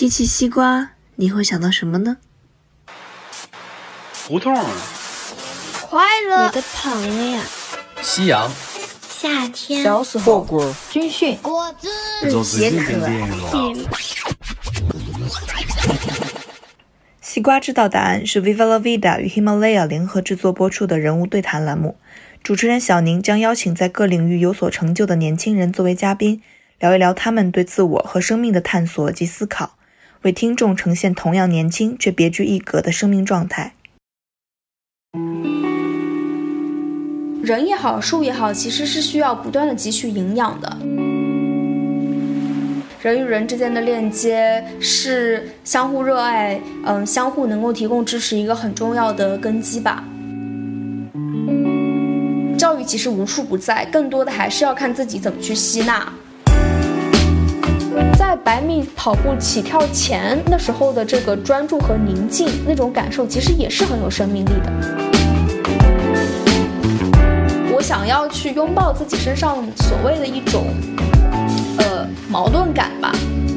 提起西瓜，你会想到什么呢？ 胡同， 快乐， 你的朋友呀， 夕阳， 夏天， 小时候， 火锅， 军训， 我就是一点点西瓜知道答案是 Viva La Vida 与 Himalaya 联合制作播出的人物对谈栏目。主持人小宁将邀请在各领域有所成就的年轻人作为嘉宾，聊一聊他们对自我和生命的探索及思考，为听众呈现同样年轻却别具一格的生命状态。 人也好，树也好，其实是需要不断的汲取营养的。人与人之间的链接是相互热爱，相互能够提供支持一个很重要的根基吧。教育其实无处不在，更多的还是要看自己怎么去吸纳。在100米跑步起跳前，那时候的这个专注和宁静，那种感受其实也是很有生命力的。我想要去拥抱自己身上所谓的一种矛盾感吧。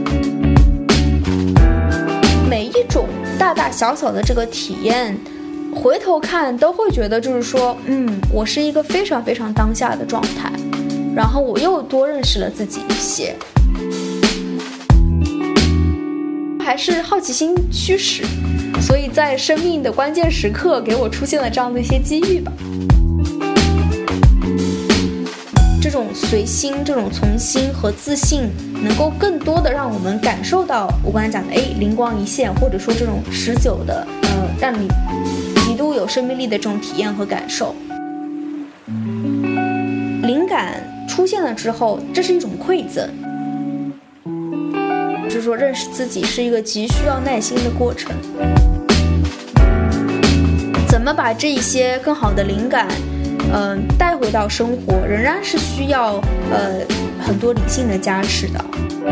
每一种大大小小的这个体验，回头看都会觉得就是说，我是一个非常非常当下的状态，然后我又多认识了自己一些，还是好奇心驱使，所以在生命的关键时刻给我出现了这样的一些机遇吧。这种随心，这种从心和自信，能够更多的让我们感受到我刚才讲的灵光一现，或者说这种持久的让你极度有生命力的这种体验和感受。灵感出现了之后，这是一种馈赠，就是说认识自己是一个极需要耐心的过程。怎么把这一些更好的灵感带回到生活，仍然是需要很多理性的加持的。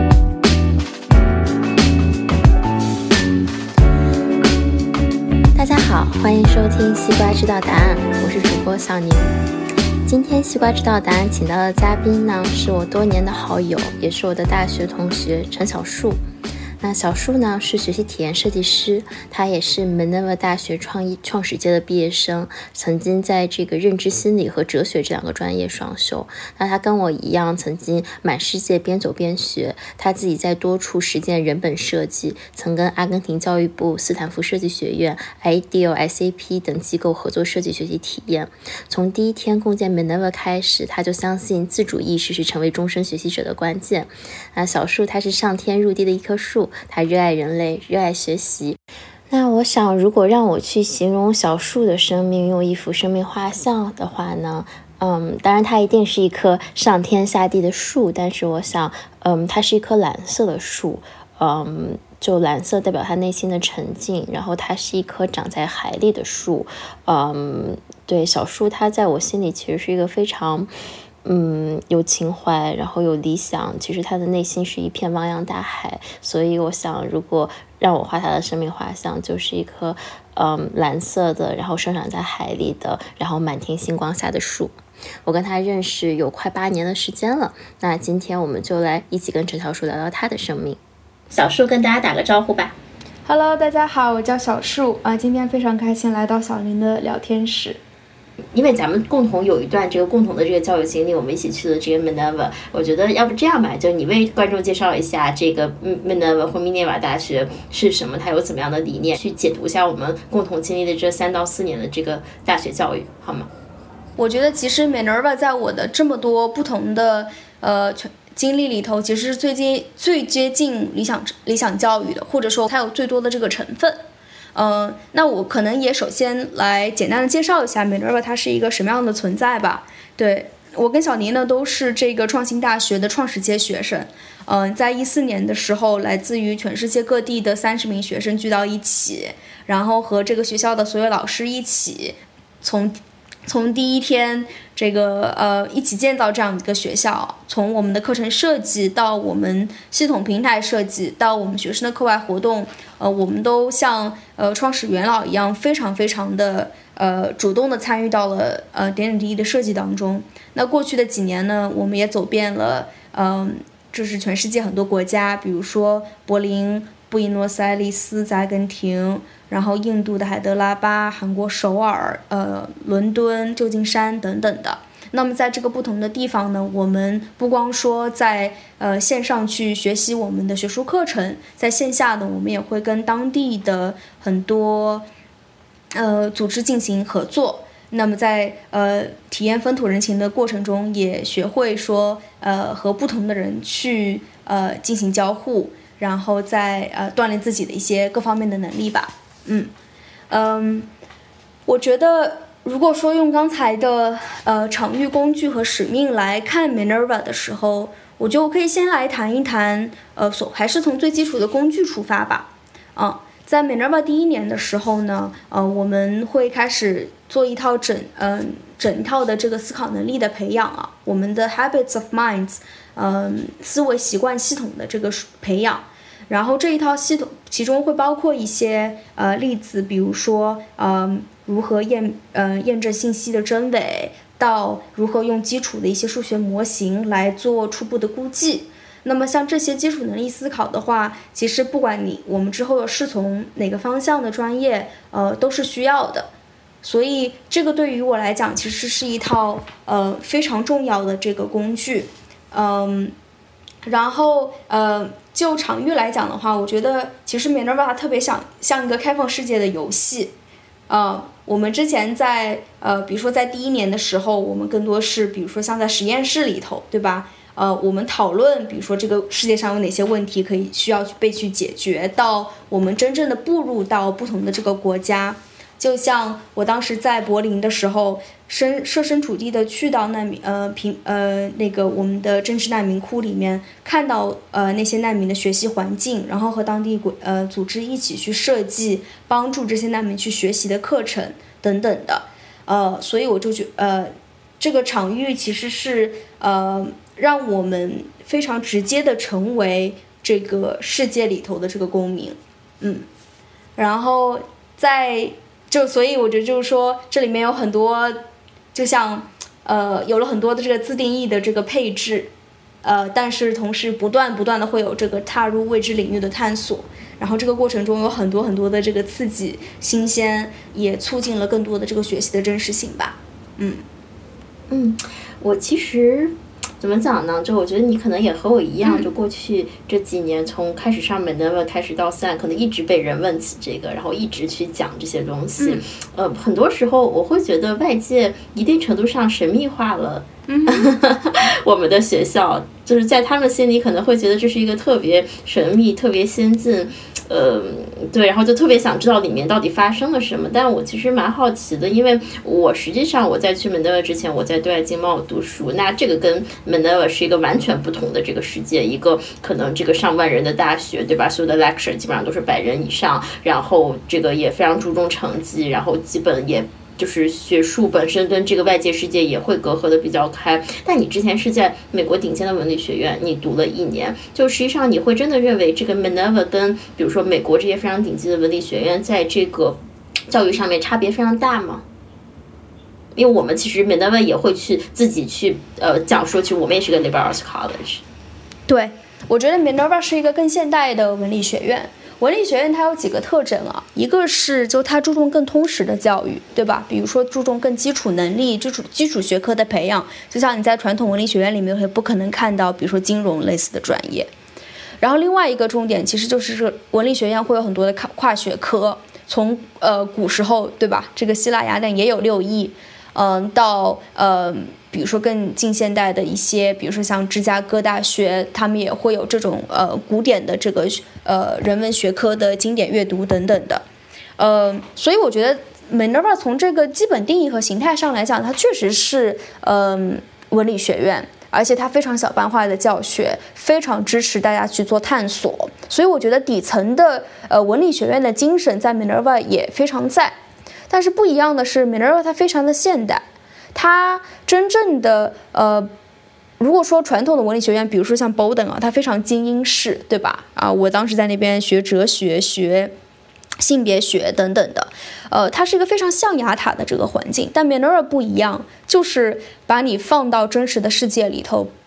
大家好，欢迎收听西瓜知道答案，我是主播小宁。今天西瓜知道答案请到的嘉宾呢，是我多年的好友，也是我的大学同学陈小树。那小树呢是学习体验设计师，他也是 Minerva 大学创始届的毕业生，曾经在这个认知心理和哲学这2个专业双修。那他跟我一样，曾经满世界边走边学，他自己在多处实践人本设计，曾跟阿根廷教育部、斯坦福设计学院、IDEO、SAP 等机构合作设计学习体验。从第一天共建 Minerva 开始，他就相信自主意识是成为终身学习者的关键。那小树他是上天入地的一棵树，他热爱人类，热爱学习。那我想，如果让我去形容小树的生命，用一幅生命画像的话呢，当然它一定是一棵上天下地的树，但是我想，它是一棵蓝色的树，就蓝色代表它内心的沉静，然后它是一棵长在海里的树，对，小树它在我心里其实是一个非常有情怀，然后有理想，其实他的内心是一片汪洋大海。所以我想，如果让我画他的生命画像，就是一棵蓝色的，然后生长在海里的，然后满天星光下的树。我跟他认识有快8年的时间了，那今天我们就来一起跟陈小树聊聊他的生命。小树跟大家打个招呼吧。 Hello， 大家好，我叫小树今天非常开心来到小林的聊天室。 因为咱们共同有一段共同的这个教育经历，我们一起去了这个 Minerva。我觉得要不这样吧，就你为观众介绍一下这个 Minerva 或密涅瓦大学是什么，它有怎么样的理念，去解读一下我们共同经历的这3到4年的这个大学教育，好吗？ 我觉得其实 Minerva 在我的这么多不同的经历里头，其实是最接近理想教育的，或者说它有最多的这个成分。那我可能也首先来简单的介绍一下 Minerva 它是一个什么样的存在吧。对，我跟小宁呢都是这个创新大学的创始届学生。在2014年的时候，来自于全世界各地的30名学生聚到一起，然后和这个学校的所有老师一起从第一天这个一起建造这样一个学校，从我们的课程设计到我们系统平台设计到我们学生的课外活动，我们都像创始元老一样，非常非常的主动的参与到了点点滴滴的设计当中。那过去的几年呢，我们也走遍了就是全世界很多国家，比如说柏林、 布宜诺斯艾利斯在阿根廷，然后印度的海德拉巴，韩国首尔，伦敦、旧金山等等的。那么在这个不同的地方呢，我们不光说在线上去学习我们的学术课程，在线下呢，我们也会跟当地的很多组织进行合作。那么在体验风土人情的过程中，也学会说和不同的人去进行交互，然后再锻炼自己的一些各方面的能力吧。我觉得如果说用刚才的场域、工具和使命来看 Minerva 的时候，我觉得我可以先来谈一谈还是从最基础的工具出发吧。在 Minerva 第1年的时候呢，我们会开始做一套整一套的这个思考能力的培养啊，我们的 Habits of Minds，思维习惯系统的这个培养。然后这一套系统其中会包括一些例子，比如说如何验证信息的真伪，到如何用基础的一些数学模型来做初步的估计。那么像这些基础能力思考的话，其实不管我们之后是从哪个方向的专业，都是需要的。所以这个对于我来讲，其实是一套非常重要的这个工具。然后就场域来讲的话，我觉得其实 Minerva 特别像一个开放世界的游戏。我们之前在比如说在第1年的时候，我们更多是比如说像在实验室里头，对吧？我们讨论比如说这个世界上有哪些问题需要被解决，到我们真正的步入到不同的这个国家。就像我当时在柏林的时候，设身处地的去到那个我们的真实难民窟里面，看到那些难民的学习环境，然后和当地组织一起去设计帮助这些难民去学习的课程等等的。所以我就觉得这个场域其实是让我们非常直接的成为这个世界里头的这个公民。然后所以我觉得就是说，这里面有很多，就像有了很多的这个自定义的这个配置，但是同时不断的会有这个踏入未知领域的探索，然后这个过程中有很多的这个刺激、新鲜，也促进了更多的这个学习的真实性吧。 我其实怎么讲呢？就我觉得你可能也和我一样，就过去这几年从开始上Minerva开始到现在，可能一直被人问起这个，然后一直去讲这些东西。很多时候我会觉得外界一定程度上神秘化了我们的学校，就是在他们心里可能会觉得这是一个特别神秘、特别先进。对，然后就特别想知道里面到底发生了什么。但我其实蛮好奇的，因为实际上我在去Minerva之前，我在对外经贸读书，那这个跟Minerva是一个完全不同的这个世界，一个可能这个上万人的大学，对吧？所有的 lecture 基本上都是100人以上，然后这个也非常注重成绩，然后基本也就是学术本身跟这个外界世界也会隔阂的比较开。但你之前是在美国顶尖的文理学院，你读了1年，就实际上你会真的认为这个 Minerva 跟比如说美国这些非常顶级的文理学院在这个教育上面差别非常大吗？因为我们其实 Minerva 也会自己去讲说，其实我们也是个 liberal arts college。 对，我觉得 Minerva 是一个更现代的文理学院。文理学院它有几个特征啊，一个是就它注重更通识的教育，对吧？比如说注重更基础能力、基础学科的培养，就像你在传统文理学院里面也不可能看到，比如说金融类似的专业。然后另外一个重点其实就是文理学院会有很多的跨学科，从古时候，对吧？这个希腊雅典也有6艺，到比如说更近现代的一些，比如说像芝加哥大学，他们也会有这种古典的这个人文学科的经典阅读等等的。所以我觉得 Minerva 从这个基本定义和形态上来讲，它确实是文理学院，而且它非常小班化的教学，非常支持大家去做探索。所以我觉得底层的文理学院的精神在 Minerva 也非常在。但是不一样的是 Minerva 它非常的现代，它真正的如果说传统的文理学院，比如说像 Bowdoin 啊，它非常精英式，对吧？我当时在那边学哲学、学性别学等等的，它是一个非常象牙塔的这个环境。但 Minerva 不一样，就是把你放到真实的世界里头，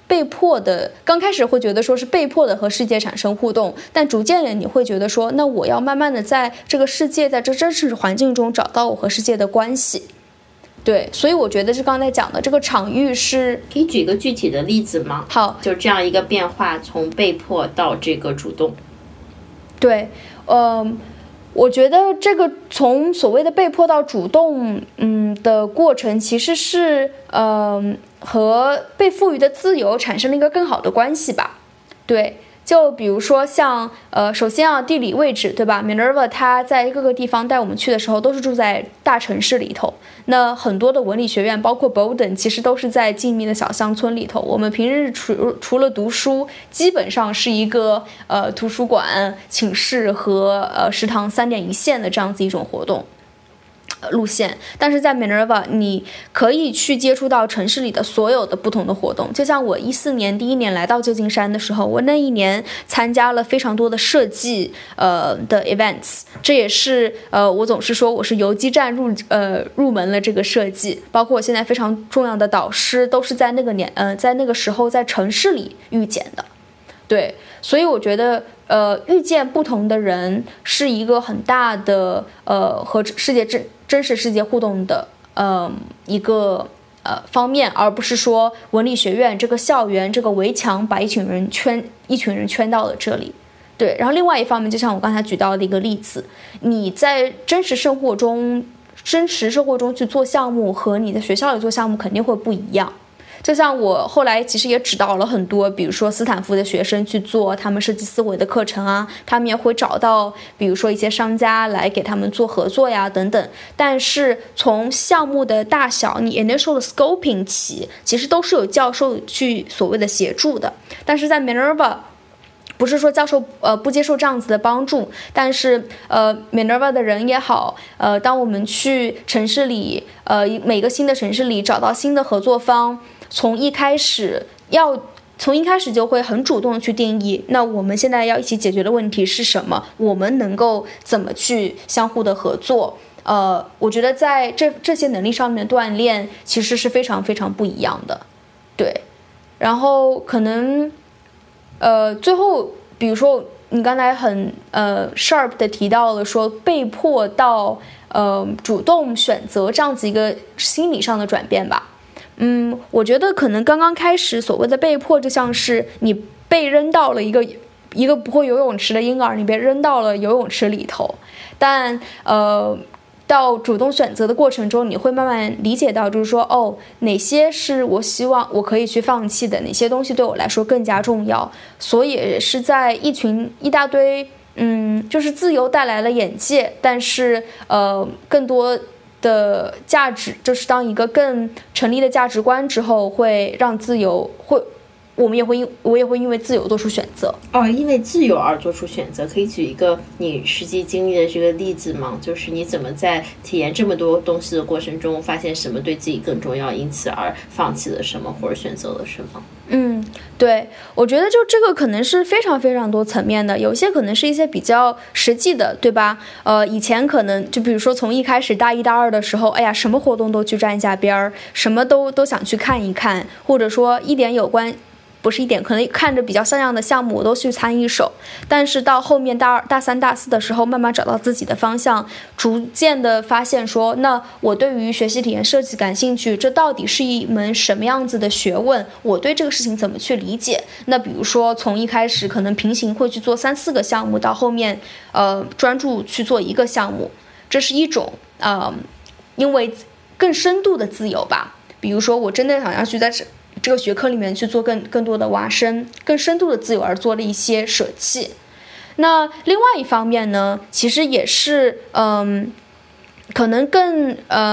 被迫的，刚开始会觉得说是被迫的和世界产生互动，但逐渐的你会觉得说，那我要慢慢的在这个世界，在这真实环境中找到我和世界的关系。对，所以我觉得是刚才讲的这个场域是， 可以举个具体的例子吗？ 好， 就这样一个变化，从被迫到这个主动。 对，我觉得这个从所谓的被迫到主动，的过程其实是，和被赋予的自由产生了一个更好的关系吧。对，就比如说像，首先地理位置，对吧 ？Minerva 她在各个地方带我们去的时候，都是住在大城市里头。那很多的文理学院，包括 Bowdoin， 其实都是在静谧的小乡村里头。我们平日除了读书，基本上是一个图书馆、寝室和食堂3点一线的这样子一种活动。路线，但是在 Minerva 你可以去接触到城市里的所有的不同的活动。就像我14年第1年来到旧金山的时候，我那一年参加了非常多的设计的 events， 这也是我总是说我是游击战入门了这个设计，包括我现在非常重要的导师都是在那个时候在城市里遇见的。对，所以我觉得遇见不同的人是一个很大的和真实世界互动的一个方面，而不是说文理学院这个校园这个围墙把一群人圈到了这里。对，然后另外一方面，就像我刚才举到的一个例子，你在真实生活中去做项目和你在学校里做项目肯定会不一样。就像我后来其实也指导了很多，比如说斯坦福的学生去做他们设计思维的课程啊，他们也会找到比如说一些商家来给他们做合作呀等等。但是从项目的大小，你 initial 的 scoping 起，其实都是有教授去所谓的协助的。但是在 Minerva不是说教授不接受这样子的帮助，但是Minerva 的人也好，当我们去城市里每个新的城市里找到新的合作方，从一开始就会很主动的去定义，那我们现在要一起解决的问题是什么，我们能够怎么去相互的合作。我觉得在这些能力上面的锻炼其实是非常非常不一样的。对，然后可能最后比如说你刚才很sharp 的提到了说被迫到主动选择这样子一个心理上的转变吧。我觉得可能刚刚开始所谓的被迫，就像是你被扔到了一个不会游泳池的婴儿，你被扔到了游泳池里头。但到主动选择的过程中，你会慢慢理解到，就是说哪些是我希望我可以去放弃的，哪些东西对我来说更加重要。所以也是在一大堆就是自由带来了眼界，但是更多的价值，就是当一个更成立的价值观之后，会让自由我也会因为自由做出选择。 因为自由而做出选择，可以举一个你实际经历的这个例子吗？就是你怎么在体验这么多东西的过程中，发现什么对自己更重要，因此而放弃了什么或者选择了什么？ 对，我觉得就这个可能是非常非常多层面的，有些可能是一些比较实际的，对吧？以前可能就比如说从一开始大1大2的时候，哎呀，什么活动都去沾一下边儿，什么都想去看一看，或者说不是一点，可能看着比较像样的项目我都去参一手。但是到后面大2、大3、大4的时候，慢慢找到自己的方向，逐渐的发现说，那我对于学习体验设计感兴趣，这到底是一门什么样子的学问，我对这个事情怎么去理解。那比如说从一开始可能平行会去做3、4个项目，到后面专注去做一个项目，这是一种因为更深度的自由吧。比如说我真的想要去在这个学科里面去做更多的挖深，更深度的自由而做了一些舍弃。那另外一方面呢，其实也是可能更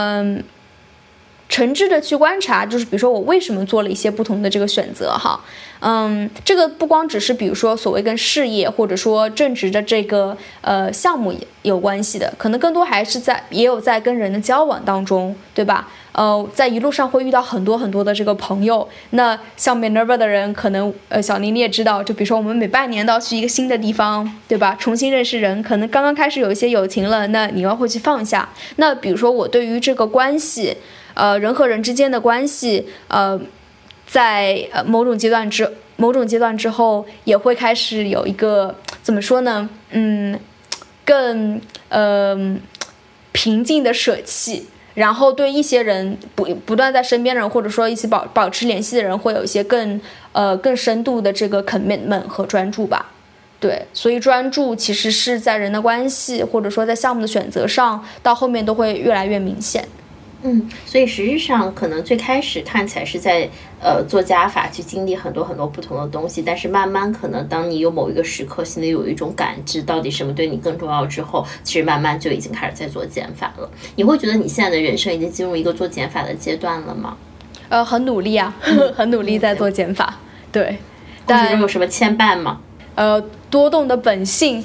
诚挚的去观察，就是比如说我为什么做了一些不同的这个选择哈。这个不光只是比如说所谓跟事业或者说正职的这个项目有关系的，可能更多还是也有在跟人的交往当中，对吧？在一路上会遇到很多很多的这个朋友。那像 Minerva 的人，可能小宁你也知道，就比如说我们每半年都要去一个新的地方，对吧？重新认识人，可能刚刚开始有一些友情了，那你要会去放下。那比如说我对于这个关系，人和人之间的关系， 在某种阶段之后，也会开始有一个怎么说呢？更平静的舍弃，然后对一些人不断在身边人，或者说一起保持联系的人，会有一些更深度的这个 commitment 和专注吧。对，所以专注其实是在人的关系，或者说在项目的选择上，到后面都会越来越明显。 所以实际上可能最开始看起来是在做加法去经历很多很多不同的东西，但是慢慢可能当你有某一个时刻心里有一种感知，到底什么对你更重要之后，其实慢慢就已经开始在做减法了。你会觉得你现在的人生已经进入一个做减法的阶段了吗？ 很努力啊，很努力在做减法。对， 但是有什么牵绊吗？ 多动的本性，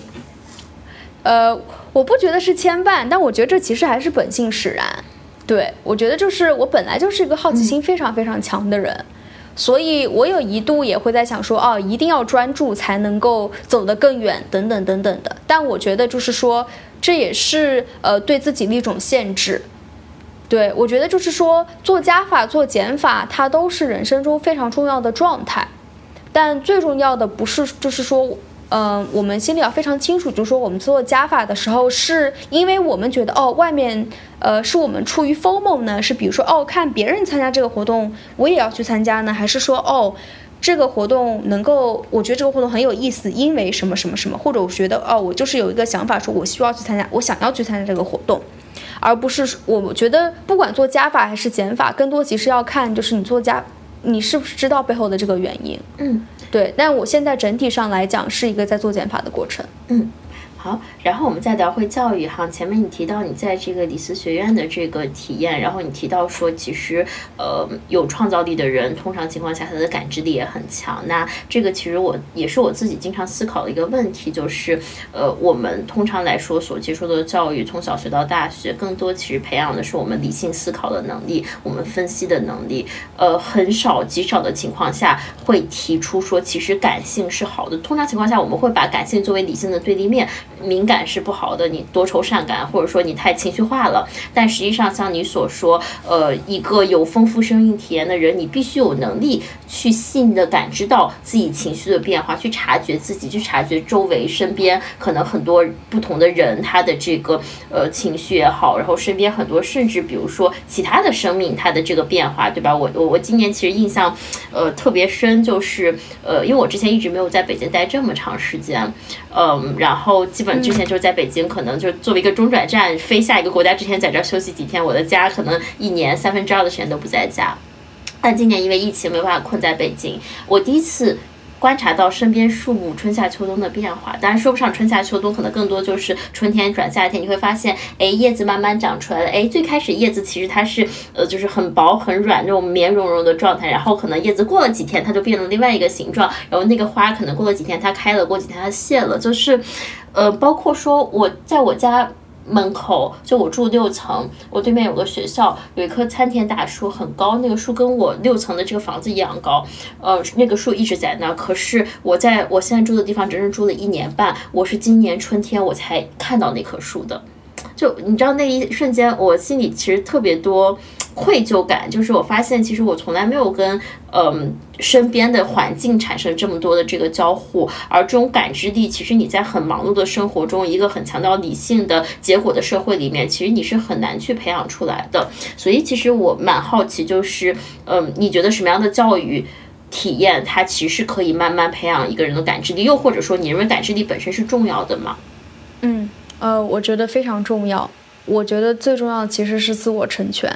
我不觉得是牵绊，但我觉得这其实还是本性使然。对，我觉得就是我本来就是一个好奇心非常非常强的人，所以我有一度也会在想说，一定要专注才能够走得更远，等等等等的。但我觉得就是说，这也是对自己的一种限制。对，我觉得就是说，做加法、做减法，它都是人生中非常重要的状态。但最重要的不是，就是说，我们心里要非常清楚，就是说我们做加法的时候，是因为我们觉得外面是我们出于 FOMO 呢，是比如说看别人参加这个活动，我也要去参加呢，还是说这个活动我觉得这个活动很有意思，因为什么什么什么，或者我觉得我就是有一个想法，说我需要去参加，我想要去参加这个活动，而不是我觉得不管做加法还是减法，更多其实要看就是你是不是知道背后的这个原因。对，但我现在整体上来讲是一个在做减法的过程。 好，然后我们再聊回教育哈。前面你提到你在这个李斯学院的这个体验，然后你提到说，其实有创造力的人，通常情况下他的感知力也很强。那这个其实也是我自己经常思考的一个问题，就是我们通常来说所接受的教育，从小学到大学，更多其实培养的是我们理性思考的能力，我们分析的能力。极少的情况下会提出说，其实感性是好的。通常情况下，我们会把感性作为理性的对立面。敏感是不好的，你多愁善感，或者说你太情绪化了。但实际上像你所说，一个有丰富生命体验的人，你必须有能力去细腻的感知到自己情绪的变化，去察觉自己，去察觉周围身边可能很多不同的人他的这个情绪也好，然后身边很多甚至比如说其他的生命它的这个变化，对吧？我今年其实印象特别深，就是因为我之前一直没有在北京待这么长时间，然后基本之前就是在北京，可能就作为一个中转站飞下一个国家之前在这儿休息几天，我的家可能1年2/3的时间都不在家。但今年因为疫情没有办法困在北京，我第一次观察到身边树木春夏秋冬的变化。当然说不上春夏秋冬，可能更多就是春天转夏天，你会发现叶子慢慢长出来了，最开始叶子其实它是就是很薄很软那种绵绒绒的状态，然后可能叶子过了几天它就变成另外一个形状，然后那个花可能过了几天它开了，过几天它谢了，就是包括说我在我家门口，就我住6层，我对面有个学校，有一棵参天大树，很高，那个树跟我6层的这个房子一样高，那个树一直在那。可是我现在住的地方整整住了1年半，我是今年春天我才看到那棵树的。就你知道那一瞬间，我心里其实特别多愧疚感，就是我发现其实我从来没有跟身边的环境产生这么多的这个交互，而这种感知力其实你在很忙碌的生活中，一个很强调理性的结果的社会里面，其实你是很难去培养出来的。所以其实我蛮好奇，就是你觉得什么样的教育体验它其实是可以慢慢培养一个人的感知力，又或者说你认为感知力本身是重要的吗？ 我觉得非常重要。我觉得最重要的其实是自我成全。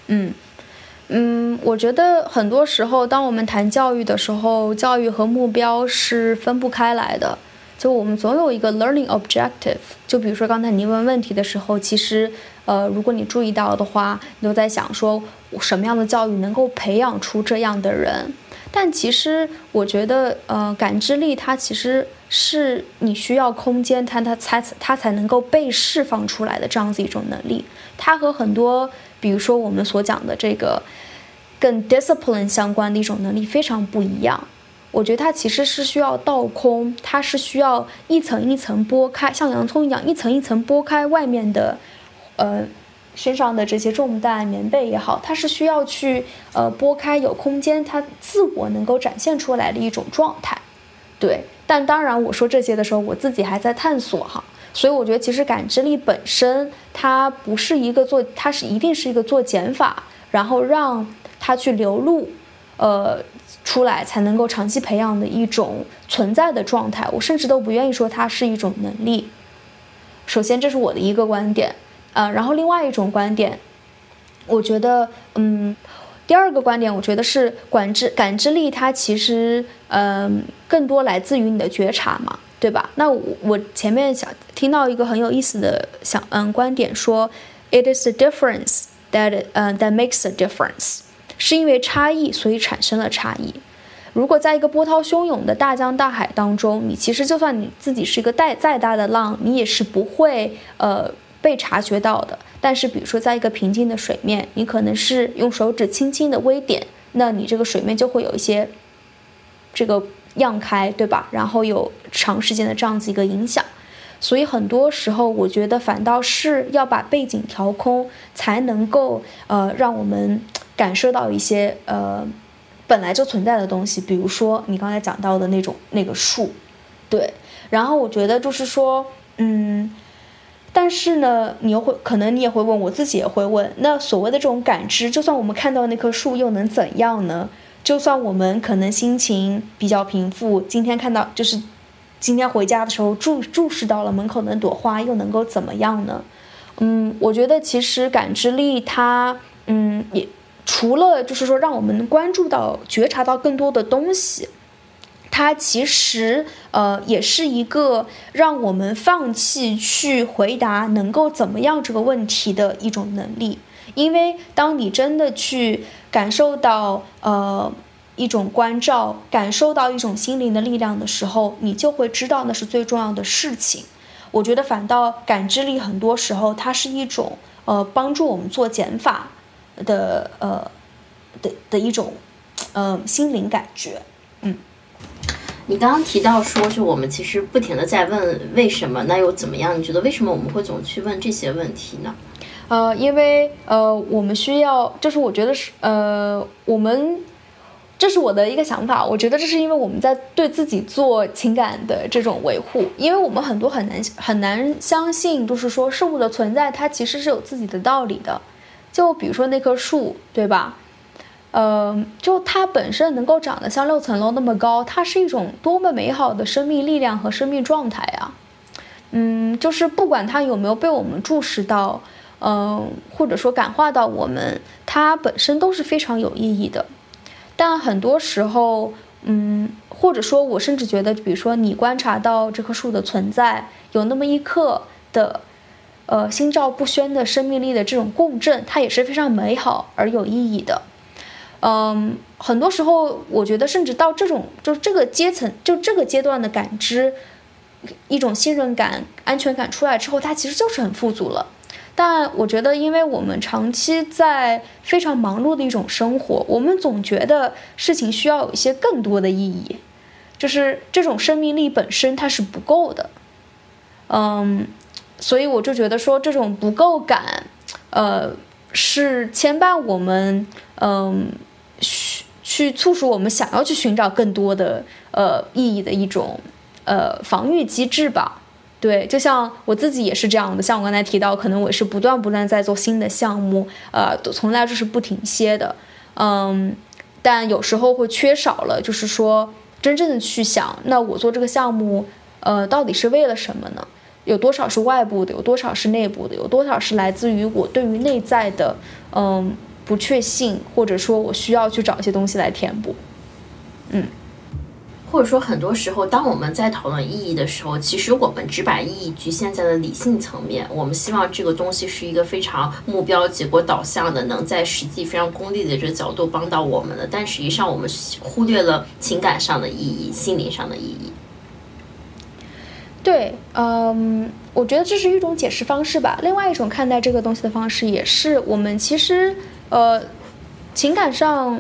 我觉得很多时候当我们谈教育的时候，教育和目标是分不开来的。就我们总有一个 learning objective， 就比如说刚才你问问题的时候，其实如果你注意到的话，你都在想说什么样的教育能够培养出这样的人。但其实我觉得感知力它其实是你需要空间它才能够被释放出来的这样子一种能力。它和很多比如说我们所讲的这个更 discipline 相关的一种能力非常不一样。我觉得它其实是需要倒空，它是需要一层一层剥开，像洋葱一样一层一层剥开外面的身上的这些重担，棉被也好，它是需要去拨开有空间，它自我能够展现出来的一种状态。对，但当然我说这些的时候，我自己还在探索哈，所以我觉得其实感知力本身它不是一个它是一定是一个做减法，然后让它去流露出来才能够长期培养的一种存在的状态。我甚至都不愿意说它是一种能力。首先这是我的一个观点然后另外一种观点，我觉得第二个观点我觉得是感知力它其实更多来自于你的觉察嘛，对吧？那我前面听到一个很有意思的观点说 It is the difference that makes a difference， 是因为差异所以产生了差异。如果在一个波涛汹涌的大江大海当中，你其实就算你自己是一个再大的浪，你也是不会被察觉到的。但是比如说在一个平静的水面，你可能是用手指轻轻的微点，那你这个水面就会有一些这个漾开，对吧？然后有长时间的这样子一个影响。所以很多时候我觉得反倒是要把背景调空，才能够让我们感受到一些本来就存在的东西，比如说你刚才讲到的那个树，对。然后我觉得就是说但是呢，可能你也会问，我自己也会问，那所谓的这种感知，就算我们看到那棵树又能怎样呢？就算我们可能心情比较平复，今天回家的时候注视到了门口那朵花，又能够怎么样呢？我觉得其实感知力它也除了就是说让我们关注到觉察到更多的东西，它其实也是一个让我们放弃去回答能够怎么样这个问题的一种能力。因为当你真的去感受到一种关照，感受到一种心灵的力量的时候，你就会知道那是最重要的事情。我觉得反倒感知力很多时候它是一种帮助我们做减法的一种心灵感觉。 你刚刚提到说，就我们其实不停的在问为什么，那又怎么样？你觉得为什么我们会总去问这些问题呢？ 因为我们需要，就是我觉得是这是我的一个想法。我觉得这是因为我们在对自己做情感的这种维护，因为我们很难相信，就是说事物的存在它其实是有自己的道理的。就比如说那棵树，对吧？就它本身能够长得像6层楼那么高，它是一种多么美好的生命力量和生命状态啊！就是不管它有没有被我们注视到，或者说感化到我们，它本身都是非常有意义的。但很多时候，或者说我甚至觉得，比如说你观察到这棵树的存在，有那么一刻的心照不宣的生命力的这种共振，它也是非常美好而有意义的。很多时候我觉得甚至到这个阶段的感知，一种信任感、安全感出来之后，它其实就是很富足了。但我觉得因为我们长期在非常忙碌的一种生活，我们总觉得事情需要有一些更多的意义，就是这种生命力本身它是不够的。所以我就觉得说这种不够感是牵绊我们去促使我们想要去寻找更多的意义的一种防御机制吧。对，就像我自己也是这样的，像我刚才提到，可能我是不断在做新的项目，从来就是不停歇的，但有时候会缺少了，就是说真正的去想，那我做这个项目，到底是为了什么呢？有多少是外部的，有多少是内部的，有多少是来自于我对于内在的不确信，或者说我需要去找一些东西来填补。 或者说很多时候当我们在讨论意义的时候，其实我们只把意义局限在了理性层面，我们希望这个东西是一个非常目标结果导向的，能在实际非常功利的这个角度帮到我们的，但实际上我们忽略了情感上的意义、心灵上的意义。 对，我觉得这是一种解释方式吧。另外一种看待这个东西的方式也是，我们其实情感上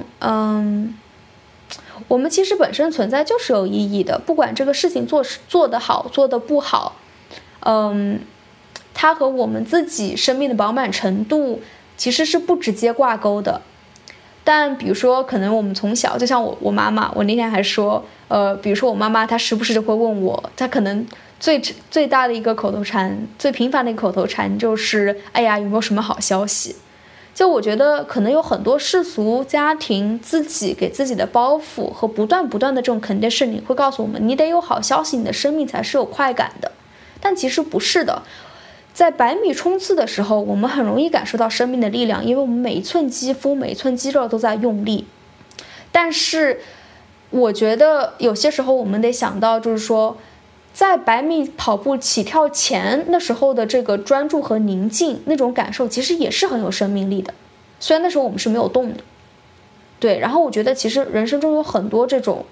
我们其实本身存在就是有意义的，不管这个事情做得好做得不好， 它和我们自己生命的饱满程度其实是不直接挂钩的。但比如说可能我们从小就像我妈妈，我那天还说比如说我妈妈她时不时就会问我，她可能最大的一个口头禅，最频繁的一个口头禅就是哎呀有没有什么好消息。就我觉得可能有很多世俗家庭自己给自己的包袱和不断的这种 conditioning 会告诉我们，你得有好消息，你的生命才是有快感的。但其实不是的，在100米冲刺的时候，我们很容易感受到生命的力量，因为我们每一寸肌肤每一寸肌肉都在用力。但是我觉得有些时候我们得想到，就是说在100米跑步起跳前那时候的这个专注和宁静，那种感受其实也是很有生命力的，虽然那时候我们是没有动的。对，然后我觉得其实人生中有很多这种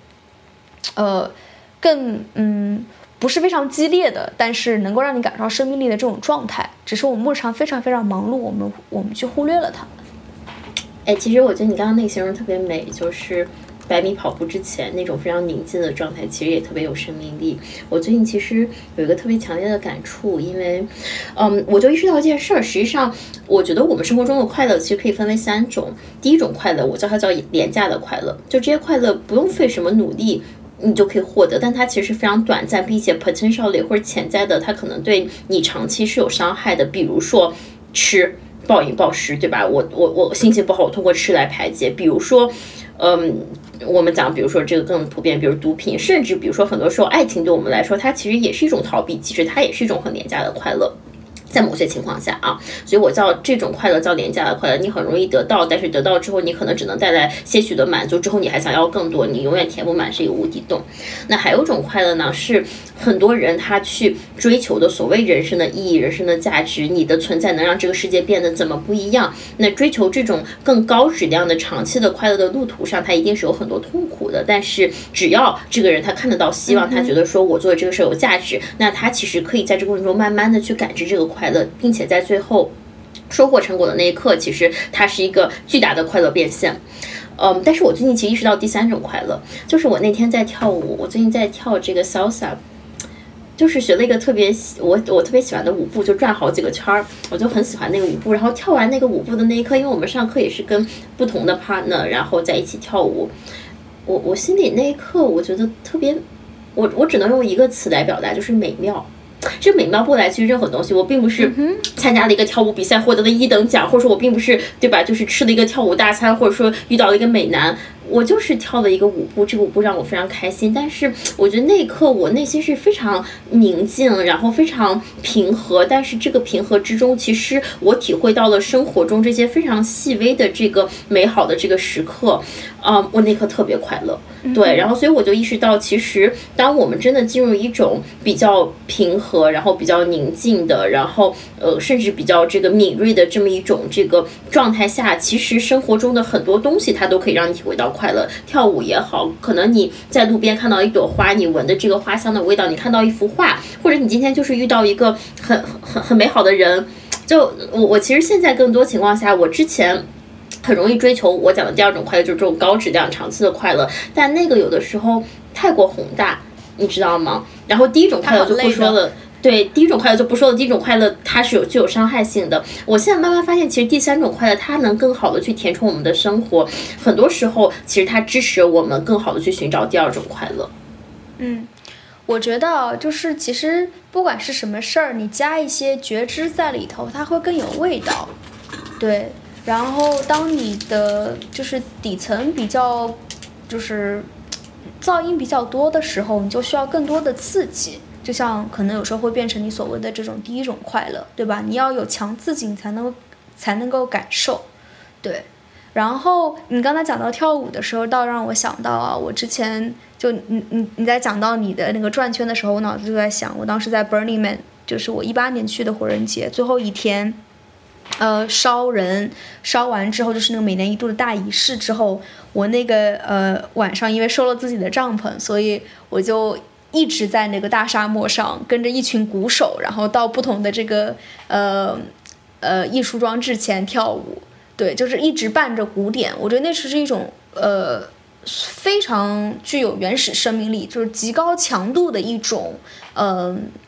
更不是非常激烈的，但是能够让你感受到生命力的这种状态，只是我们日常非常忙碌，我们去忽略了它们。 其实我觉得你刚刚那个形容特别美，就是100米跑步之前那种非常宁静的状态，其实也特别有生命力。我最近其实有一个特别强烈的感触，因为我就意识到一件事儿，实际上我觉得我们生活中的快乐其实可以分为3种。第一种快乐我叫它叫廉价的快乐，就这些快乐不用费什么努力你就可以获得，但它其实是非常短暂，并且 potentially 或者潜在的它可能对你长期是有伤害的。比如说吃暴饮暴食，对吧？我心情不好，我通过吃来排解。比如说我们讲比如说这个更普遍，比如毒品，甚至比如说很多时候爱情对我们来说它其实也是一种逃避机制，它也是一种很廉价的快乐，在某些情况下啊，所以我叫这种快乐叫廉价的快乐。你很容易得到，但是得到之后你可能只能带来些许的满足，之后你还想要更多，你永远填不满，是一个无底洞。那还有一种快乐呢，是很多人他去追求的所谓人生的意义、人生的价值，你的存在能让这个世界变得怎么不一样。那追求这种更高质量的长期的快乐的路途上，他一定是有很多痛苦的，但是只要这个人他看得到希望，他觉得说我做的这个事有价值，那他其实可以在这个过程中慢慢的去感知这个快乐，并且在最后收获成果的那一刻，其实它是一个巨大的快乐变现。但是我最近其实意识到第3种快乐，就是我那天在跳舞，我最近在跳这个 salsa， 就是学了一个我特别喜欢的舞步，就转好几个圈儿，我就很喜欢那个舞步。然后跳完那个舞步的那一刻，因为我们上课也是跟不同的 partner 然后在一起跳舞，我心里那一刻我觉得特别，我只能用一个词来表达，就是美妙。这美妙不来自于任何东西，我并不是参加了一个跳舞比赛获得了1等奖，或者说我并不是对吧，就是吃了一个跳舞大餐，或者说遇到了一个美男，我就是跳了一个舞步，这个舞步让我非常开心。但是我觉得那一刻我内心是非常宁静，然后非常平和，但是这个平和之中，其实我体会到了生活中这些非常细微的这个美好的这个时刻，我那刻特别快乐。对，然后所以我就意识到，其实当我们真的进入一种比较平和，然后比较宁静的，然后甚至比较这个敏锐的这么一种这个状态下，其实生活中的很多东西它都可以让你体会到快乐。跳舞也好，可能你在路边看到一朵花，你闻的这个花香的味道，你看到一幅画，或者你今天就是遇到一个很美好的人。就我其实现在更多情况下，我之前很容易追求我讲的第2种快乐，就是这种高质量长期的快乐，但那个有的时候太过宏大，你知道吗？然后第1种快乐就不说了，对，第1种快乐就不说了，第1种快乐它是具有伤害性的。我现在慢慢发现，其实第3种快乐它能更好的去填充我们的生活，很多时候其实它支持我们更好的去寻找第2种快乐。 我觉得就是其实不管是什么事儿，你加一些觉知在里头，它会更有味道。对，然后当你的就是底层比较就是噪音比较多的时候，你就需要更多的刺激，就像可能有时候会变成你所谓的这种第1种快乐，对吧？你要有强刺激，你才能够感受。对，然后你刚才讲到跳舞的时候，倒让我想到啊，我之前就你在讲到你的那个转圈的时候，我脑子就在想，我当时在 Burning Man， 就是我18年去的火人节最后一天，烧人烧完之后，就是那个每年1度的大仪式之后，我那个晚上因为收了自己的帐篷，所以我就一直在那个大沙漠上跟着一群鼓手，然后到不同的这个艺术装置前跳舞。对，就是一直伴着鼓点，我觉得那是一种非常具有原始生命力，就是极高强度的一种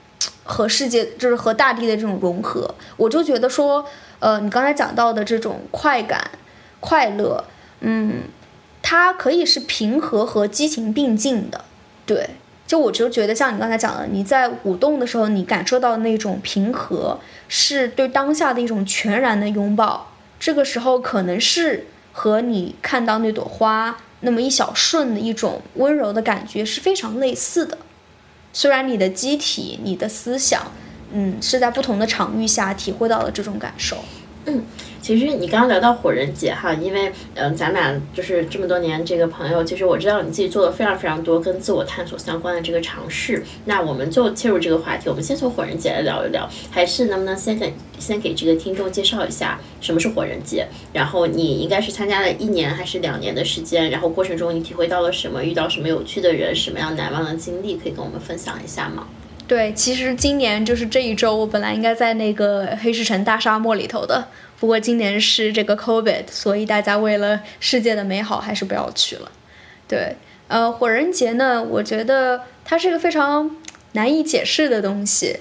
和世界就是和大地的这种融合。我就觉得说你刚才讲到的这种快感快乐，它可以是平和和激情并进的。对，就我就觉得像你刚才讲的，你在舞动的时候你感受到那种平和是对当下的一种全然的拥抱，这个时候可能是和你看到那朵花那么一小瞬的一种温柔的感觉是非常类似的。虽然你的机体你的思想是在不同的场域下体会到了这种感受。 其实你刚刚聊到火人节哈，因为咱们俩就是这么多年这个朋友，其实我知道你自己做了非常非常多跟自我探索相关的这个尝试。那我们就切入这个话题，我们先从火人节来聊一聊，还是能不能先给这个听众介绍一下什么是火人节？然后你应该是参加了1年还是2年的时间？然后过程中你体会到了什么？遇到什么有趣的人？什么样难忘的经历？可以跟我们分享一下吗？ 对，其实今年就是这一周，我本来应该在那个黑石城大沙漠里头的，不过今年是这个 COVID， 所以大家为了世界的美好，还是不要去了。对，火人节呢，我觉得它是一个非常难以解释的东西。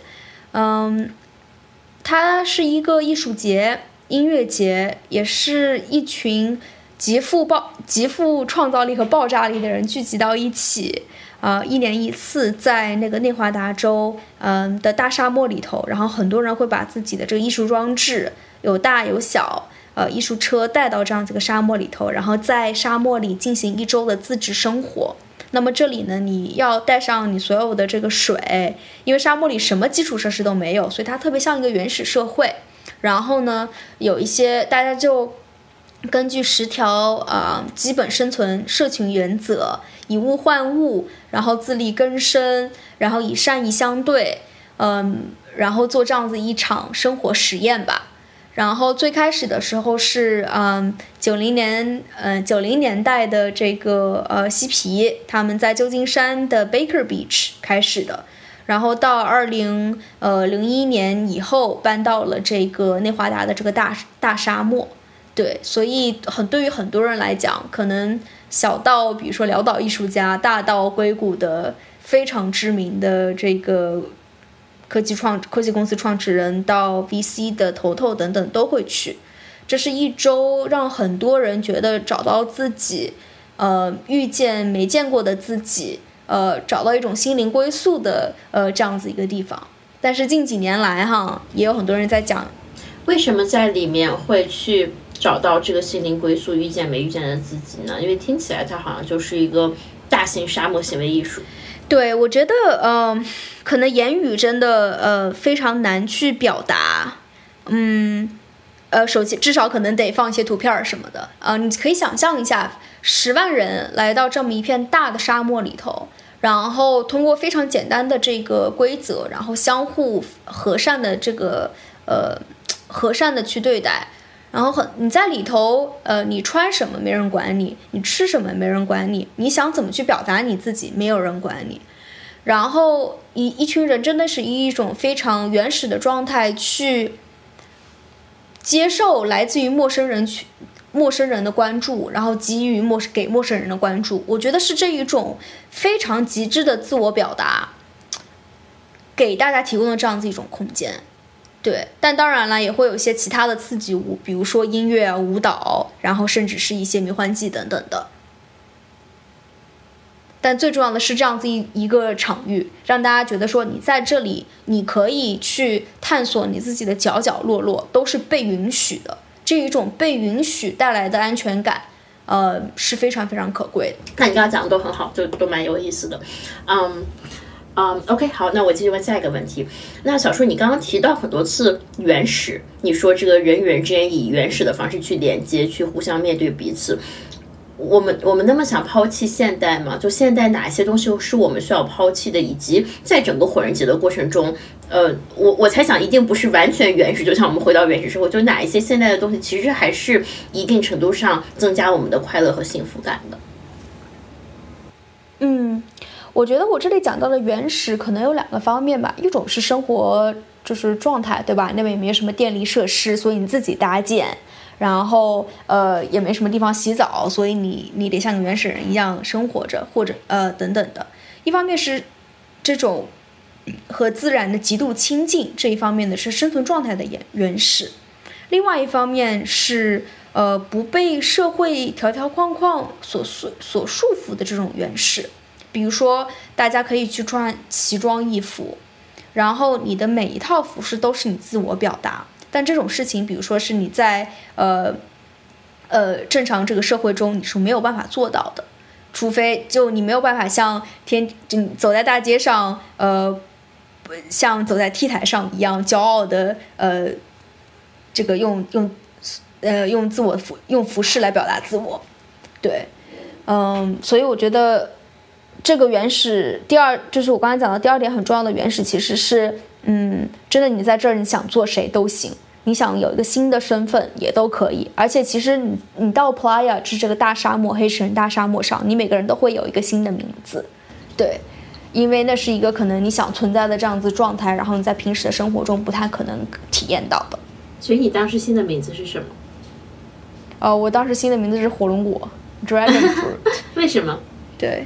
它是一个艺术节、音乐节，也是一群极富创造力和爆炸力的人聚集到一起。1年1次在那个内华达州的大沙漠里头，然后很多人会把自己的这个艺术装置有大有小艺术车带到这样子个沙漠里头，然后在沙漠里进行1周的自治生活。那么这里呢，你要带上你所有的这个水，因为沙漠里什么基础设施都没有，所以它特别像一个原始社会。然后呢，有一些大家就根据10条基本生存社群原则，以物换物，然后自力更生，然后以善意相对，然后做这样子一场生活实验吧。然后最开始的时候是90年代的这个嬉皮他们在旧金山的 Baker Beach 开始的，然后到2001年以后搬到了这个内华达的这个大沙漠。对，所以对于很多人来讲，可能小到比如说潦倒艺术家，大到硅谷的非常知名的这个科技公司创始人，到 VC 的头等等都会去。这是1周让很多人觉得找到自己，遇见没见过的自己，找到一种心灵归宿的这样子一个地方。但是近几年来也有很多人在讲， 为什么在里面会去找到这个心灵归宿，遇见没遇见的自己呢？因为听起来它好像就是一个大型沙漠行为艺术。 对，我觉得可能言语真的非常难去表达。首先至少可能得放一些图片什么的。你可以想象一下，10万人来到这么一片大的沙漠里头，然后通过非常简单的这个规则，然后相互和善的去对待。然后你在里头，你穿什么没人管你，你吃什么没人管你，你想怎么去表达你自己没有人管你。然后一群人真的是以一种非常原始的状态去接受来自于陌生人的关注，然后给予给陌生人的关注。我觉得是这一种非常极致的自我表达，给大家提供了这样子一种空间。对，但当然了，也会有一些其他的刺激物，比如说音乐舞蹈，然后甚至是一些迷幻剂等等的。但最重要的是这样子一个场域，让大家觉得说你在这里，你可以去探索你自己的角角落落，都是被允许的。这一种被允许带来的安全感，是非常非常可贵的。 那你刚刚讲的都很好，就都蛮有意思的。OK， 好，那我继续问下一个问题。那小树，你刚刚提到很多次原始，你说这个人与人之间以原始的方式去连接，去互相面对彼此。我们那么想抛弃现代吗？就现代哪些东西是我们需要抛弃的，以及在整个火人节的过程中，我猜想一定不是完全原始，就像我们回到原始社会，就哪一些现代的东西其实还是一定程度上增加我们的快乐和幸福感的。 我觉得我这里讲到的原始可能有2个方面吧，一种是生活就是状态，对吧？那边也没有什么电力设施，所以你自己搭建，然后也没什么地方洗澡，所以你得像个原始人一样生活着，或者等等的。一方面是这种和自然的极度亲近，这一方面呢是生存状态的原始，另外一方面是不被社会条条框框所束缚的这种原始。比如说大家可以去穿奇装异服，然后你的每一套服饰都是你自我表达，但这种事情比如说是你在正常这个社会中你是没有办法做到的，除非就你没有办法像走在大街上像走在 T 台上一样骄傲的这个用服饰来表达自我。对，所以我觉得这个原始就是我刚才讲的第二点很重要的原始，其实是真的你在这儿你想做谁都行，你想有一个新的身份也都可以，而且其实你到 Playa 就是这个大沙漠黑石人大沙漠上，你每个人都会有一个新的名字。对，因为那是一个可能你想存在的这样子状态，然后你在平时的生活中不太可能体验到的。 所以你当时新的名字是什么？ 我当时新的名字是火龙果 Dragon Fruit 为什么？ 对，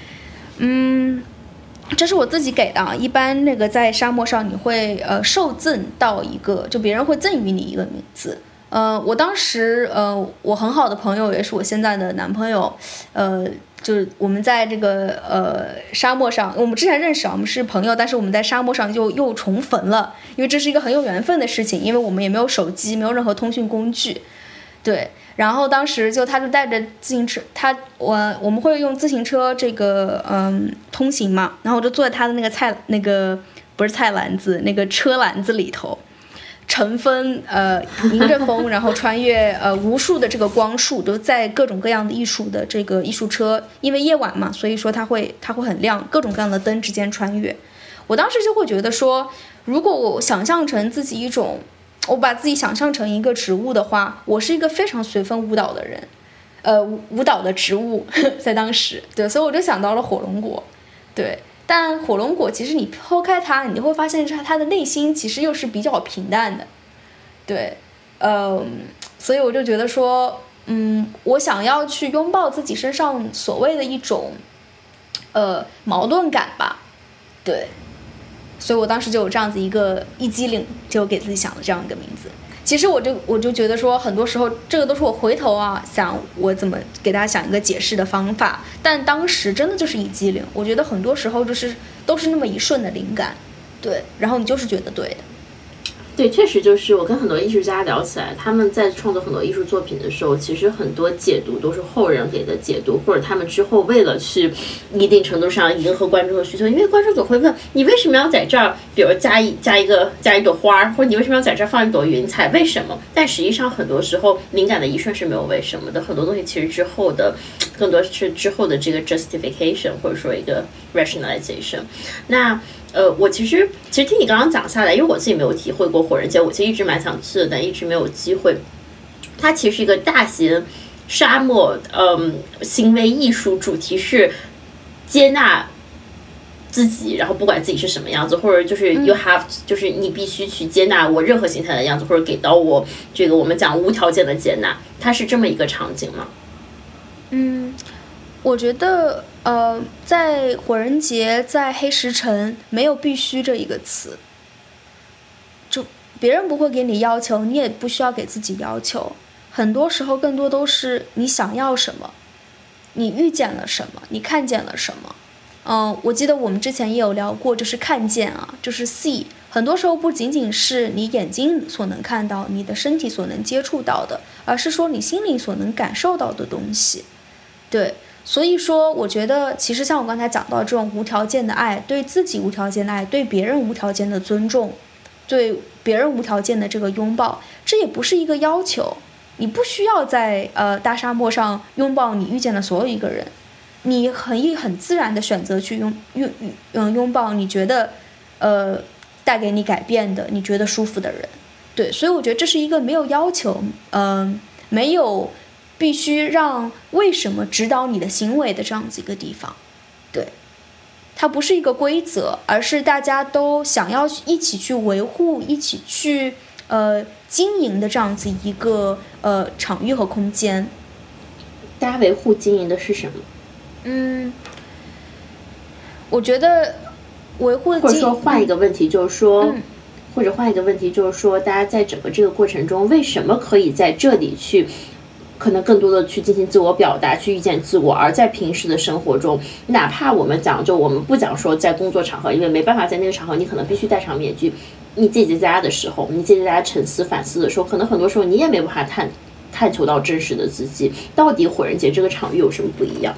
这是我自己给的啊。一般那个在沙漠上你会受赠到一个，就别人会赠予你一个名字。我当时我很好的朋友也是我现在的男朋友，就是我们在这个沙漠上，我们之前认识啊，我们是朋友，但是我们在沙漠上又重逢了，因为这是一个很有缘分的事情，因为我们也没有手机，没有任何通讯工具。对，然后当时他就带着自行车，我们会用自行车这个通行嘛，然后我就坐在他的那个不是菜篮子，那个车篮子里头，乘风迎着风，然后穿越无数的这个光束，都在各种各样的艺术的这个艺术车，因为夜晚嘛，所以说它会很亮，各种各样的灯之间穿越。我当时就会觉得说，如果我想象成自己我把自己想象成一个植物的话，我是一个非常随风舞蹈的人，舞蹈的植物在当时。对，所以我就想到了火龙果。对，但火龙果其实你抛开它，你会发现它的内心其实又是比较平淡的。对，所以我就觉得说，我想要去拥抱自己身上所谓的一种矛盾感吧。对，所以我当时就有这样子一机灵，就给自己想了这样一个名字。其实我就觉得说，很多时候这个都是我回头想我怎么给大家想一个解释的方法，但当时真的就是一机灵。我觉得很多时候都是那么一瞬的灵感，对，然后你就是觉得对的。 对，确实就是我跟很多艺术家聊起来，他们在创作很多艺术作品的时候，其实很多解读都是后人给的解读，或者他们之后为了去一定程度上迎合观众的需求，因为观众总会问你为什么要在这儿，比如加一朵花，或者你为什么要在这儿放一朵云彩，为什么？但实际上很多时候灵感的一瞬是没有为什么的，很多东西其实之后的更多是之后的这个 justification 或者说一个 rationalization。那我其实听你刚刚讲下来，因为我自己没有体会过火人节，我其实一直蛮想去的，但一直没有机会。它其实是一个大型沙漠行为艺术，主题是接纳自己，然后不管自己是什么样子，或者就是 you have 就是你必须去接纳我任何形态的样子，或者给到我这个我们讲无条件的接纳，它是这么一个场景吗？ 我觉得在火人节，在黑石城没有必须这一个词，就别人不会给你要求，你也不需要给自己要求，很多时候更多都是你想要什么，你遇见了什么，你看见了什么。我记得我们之前也有聊过，就是看见就是 see， 很多时候不仅仅是你眼睛所能看到，你的身体所能接触到的，而是说你心灵所能感受到的东西。对，所以说我觉得其实像我刚才讲到这种无条件的爱，对自己无条件的爱，对别人无条件的尊重，对别人无条件的这个拥抱，这也不是一个要求，你不需要在大沙漠上拥抱你遇见的所有一个人，你很自然的选择去拥抱你觉得带给你改变的，你觉得舒服的人。对，所以我觉得这是一个没有要求，没有必须让为什么指导你的行为的这样子一个地方。对，它不是一个规则，而是大家都想要一起去维护，一起去经营的这样子一个场域和空间。 大家维护经营的是什么？ 我觉得维护的或者说换一个问题就是说，或者换一个问题就是说，大家在整个这个过程中，为什么可以在这里去可能更多的去进行自我表达，去遇见自我，而在平时的生活中，哪怕我们不讲说在工作场合，因为没办法在那个场合你可能必须戴上面具，你自己在家的时候，你自己在家沉思反思的时候，可能很多时候你也没办法探求到真实的自己，到底火人节这个场域有什么不一样？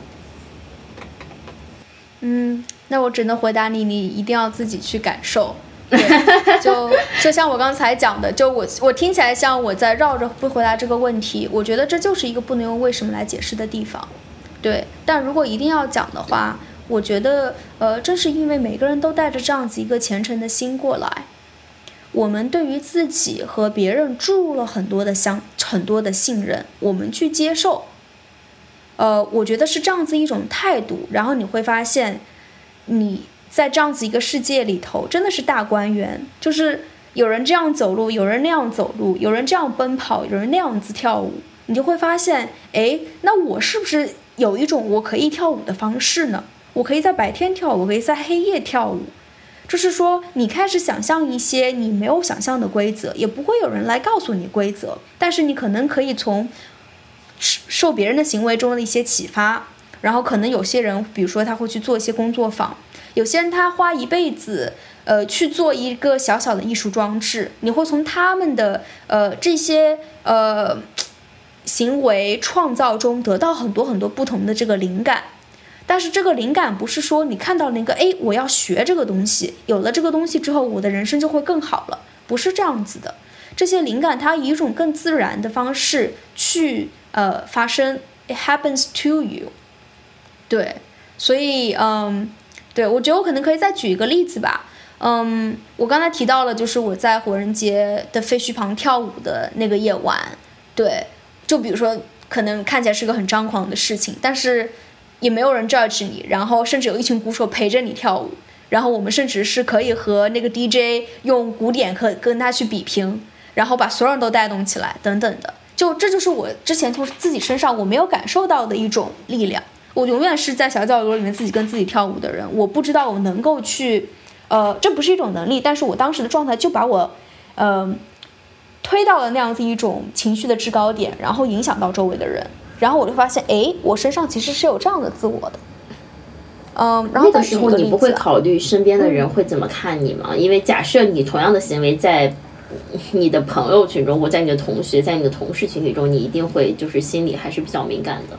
那我只能回答你，你一定要自己去感受。对，就像我刚才讲的，就我听起来像我在绕着不回答这个问题，我觉得这就是一个不能用为什么来解释的地方。对，但如果一定要讲的话，我觉得正是因为每个人都带着这样子一个虔诚的心过来，我们对于自己和别人注入了很多的信任，我们去接受。我觉得是这样子一种态度，然后你会发现你在这样子一个世界里头真的是大观园，就是有人这样走路，有人那样走路，有人这样奔跑，有人那样子跳舞，你就会发现，那我是不是有一种我可以跳舞的方式呢？我可以在白天跳舞，我可以在黑夜跳舞。就是说你开始想象一些你没有想象的规则，也不会有人来告诉你规则，但是你可能可以从受别人的行为中的一些启发，然后可能有些人比如说他会去做一些工作坊，有些人他花一辈子去做一个小小的艺术装置，你会从他们的这些行为创造中得到很多很多不同的这个灵感。但是这个灵感不是说你看到那个我要学这个东西，有了这个东西之后我的人生就会更好了，不是这样子的。这些灵感它以一种更自然的方式去发生 ，it happens to you。 对，所以对，我觉得我可能可以再举一个例子吧。我刚才提到了就是我在火人节的废墟旁跳舞的那个夜晚。对，就比如说可能看起来是个很张狂的事情，但是也没有人 judge 你，然后甚至有一群鼓手陪着你跳舞，然后我们甚至是可以和那个 DJ 用鼓点跟他去比拼，然后把所有人都带动起来等等的。这就是我之前从自己身上我没有感受到的一种力量。我永远是在小角落里面自己跟自己跳舞的人，我不知道我能够去这不是一种能力，但是我当时的状态就把我推到了那样子一种情绪的制高点，然后影响到周围的人，然后我就发现我身上其实是有这样的自我的。然后那个时候你不会考虑身边的人会怎么看你吗？因为假设你同样的行为在你的朋友群中，或在你的同学在你的同事群体中，你一定会就是心里还是比较敏感的。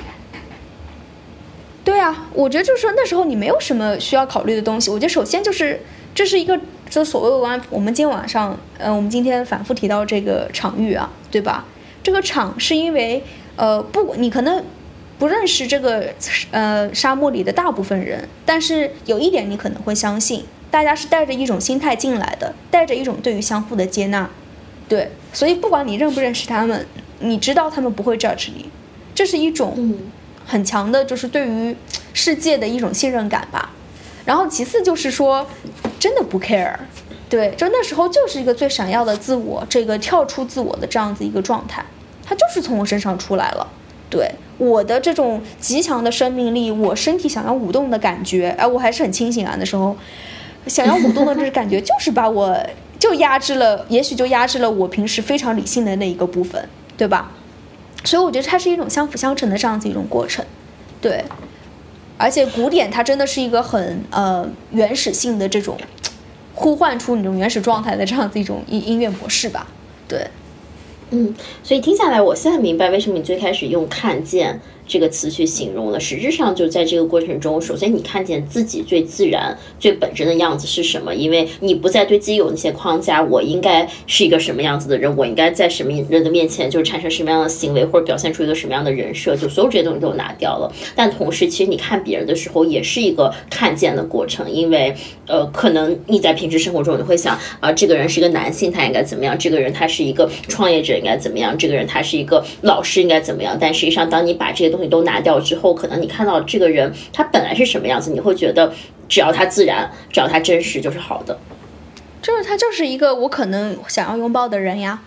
对啊，我觉得就是说那时候你没有什么需要考虑的东西。我觉得首先就是这是一个就所谓我们今天晚上我们今天反复提到这个场域啊，对吧？这个场是因为你可能不认识这个沙漠里的大部分人，但是有一点你可能会相信，大家是带着一种心态进来的，带着一种对于相互的接纳。对，所以不管你认不认识他们，你知道他们不会 judge 你，这是一种很强的就是对于世界的一种信任感吧。然后其次就是说真的不 care。 对，就那时候就是一个最闪耀的自我，这个跳出自我的这样子一个状态，它就是从我身上出来了。对，我的这种极强的生命力，我身体想要舞动的感觉，我还是很清醒啊，那时候想要舞动的这个感觉就是把我就压制了，也许就压制了我平时非常理性的那一个部分，对吧？所以我觉得它是一种相辅相成的这样子一种过程。对，而且古典它真的是一个很原始性的这种呼唤出你这种原始状态的这样子一种音乐模式吧。对， 所以听下来我现在明白为什么你最开始用看见这个词去形容了。实质上就在这个过程中，首先你看见自己最自然最本真的样子是什么，因为你不再对自己有那些框架，我应该是一个什么样子的人，我应该在什么人的面前就产生什么样的行为，或者表现出一个什么样的人设，就所有这些东西都拿掉了。但同时其实你看别人的时候也是一个看见的过程，因为可能你在平时生活中你会想这个人是一个男性他应该怎么样，这个人他是一个创业者应该怎么样，这个人他是一个老师应该怎么样。但实际上当你把这些东西都拿掉之后，可能你看到这个人他本来是什么样子，你会觉得只要他自然，只要他真实就是好的， 就是他就是一个我可能想要拥抱的人呀。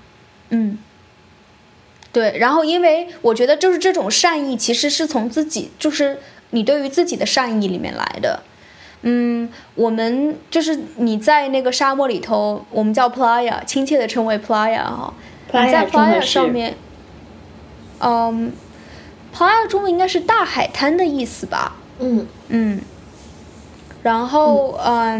对，然后因为我觉得就是这种善意其实是从自己，就是你对于自己的善意里面来的。 我们就是你在那个沙漠里头，我们叫 playa， 亲切的称为 playa 哈。你在 playa 上面，playa 中文应该是大海滩的意思吧？然后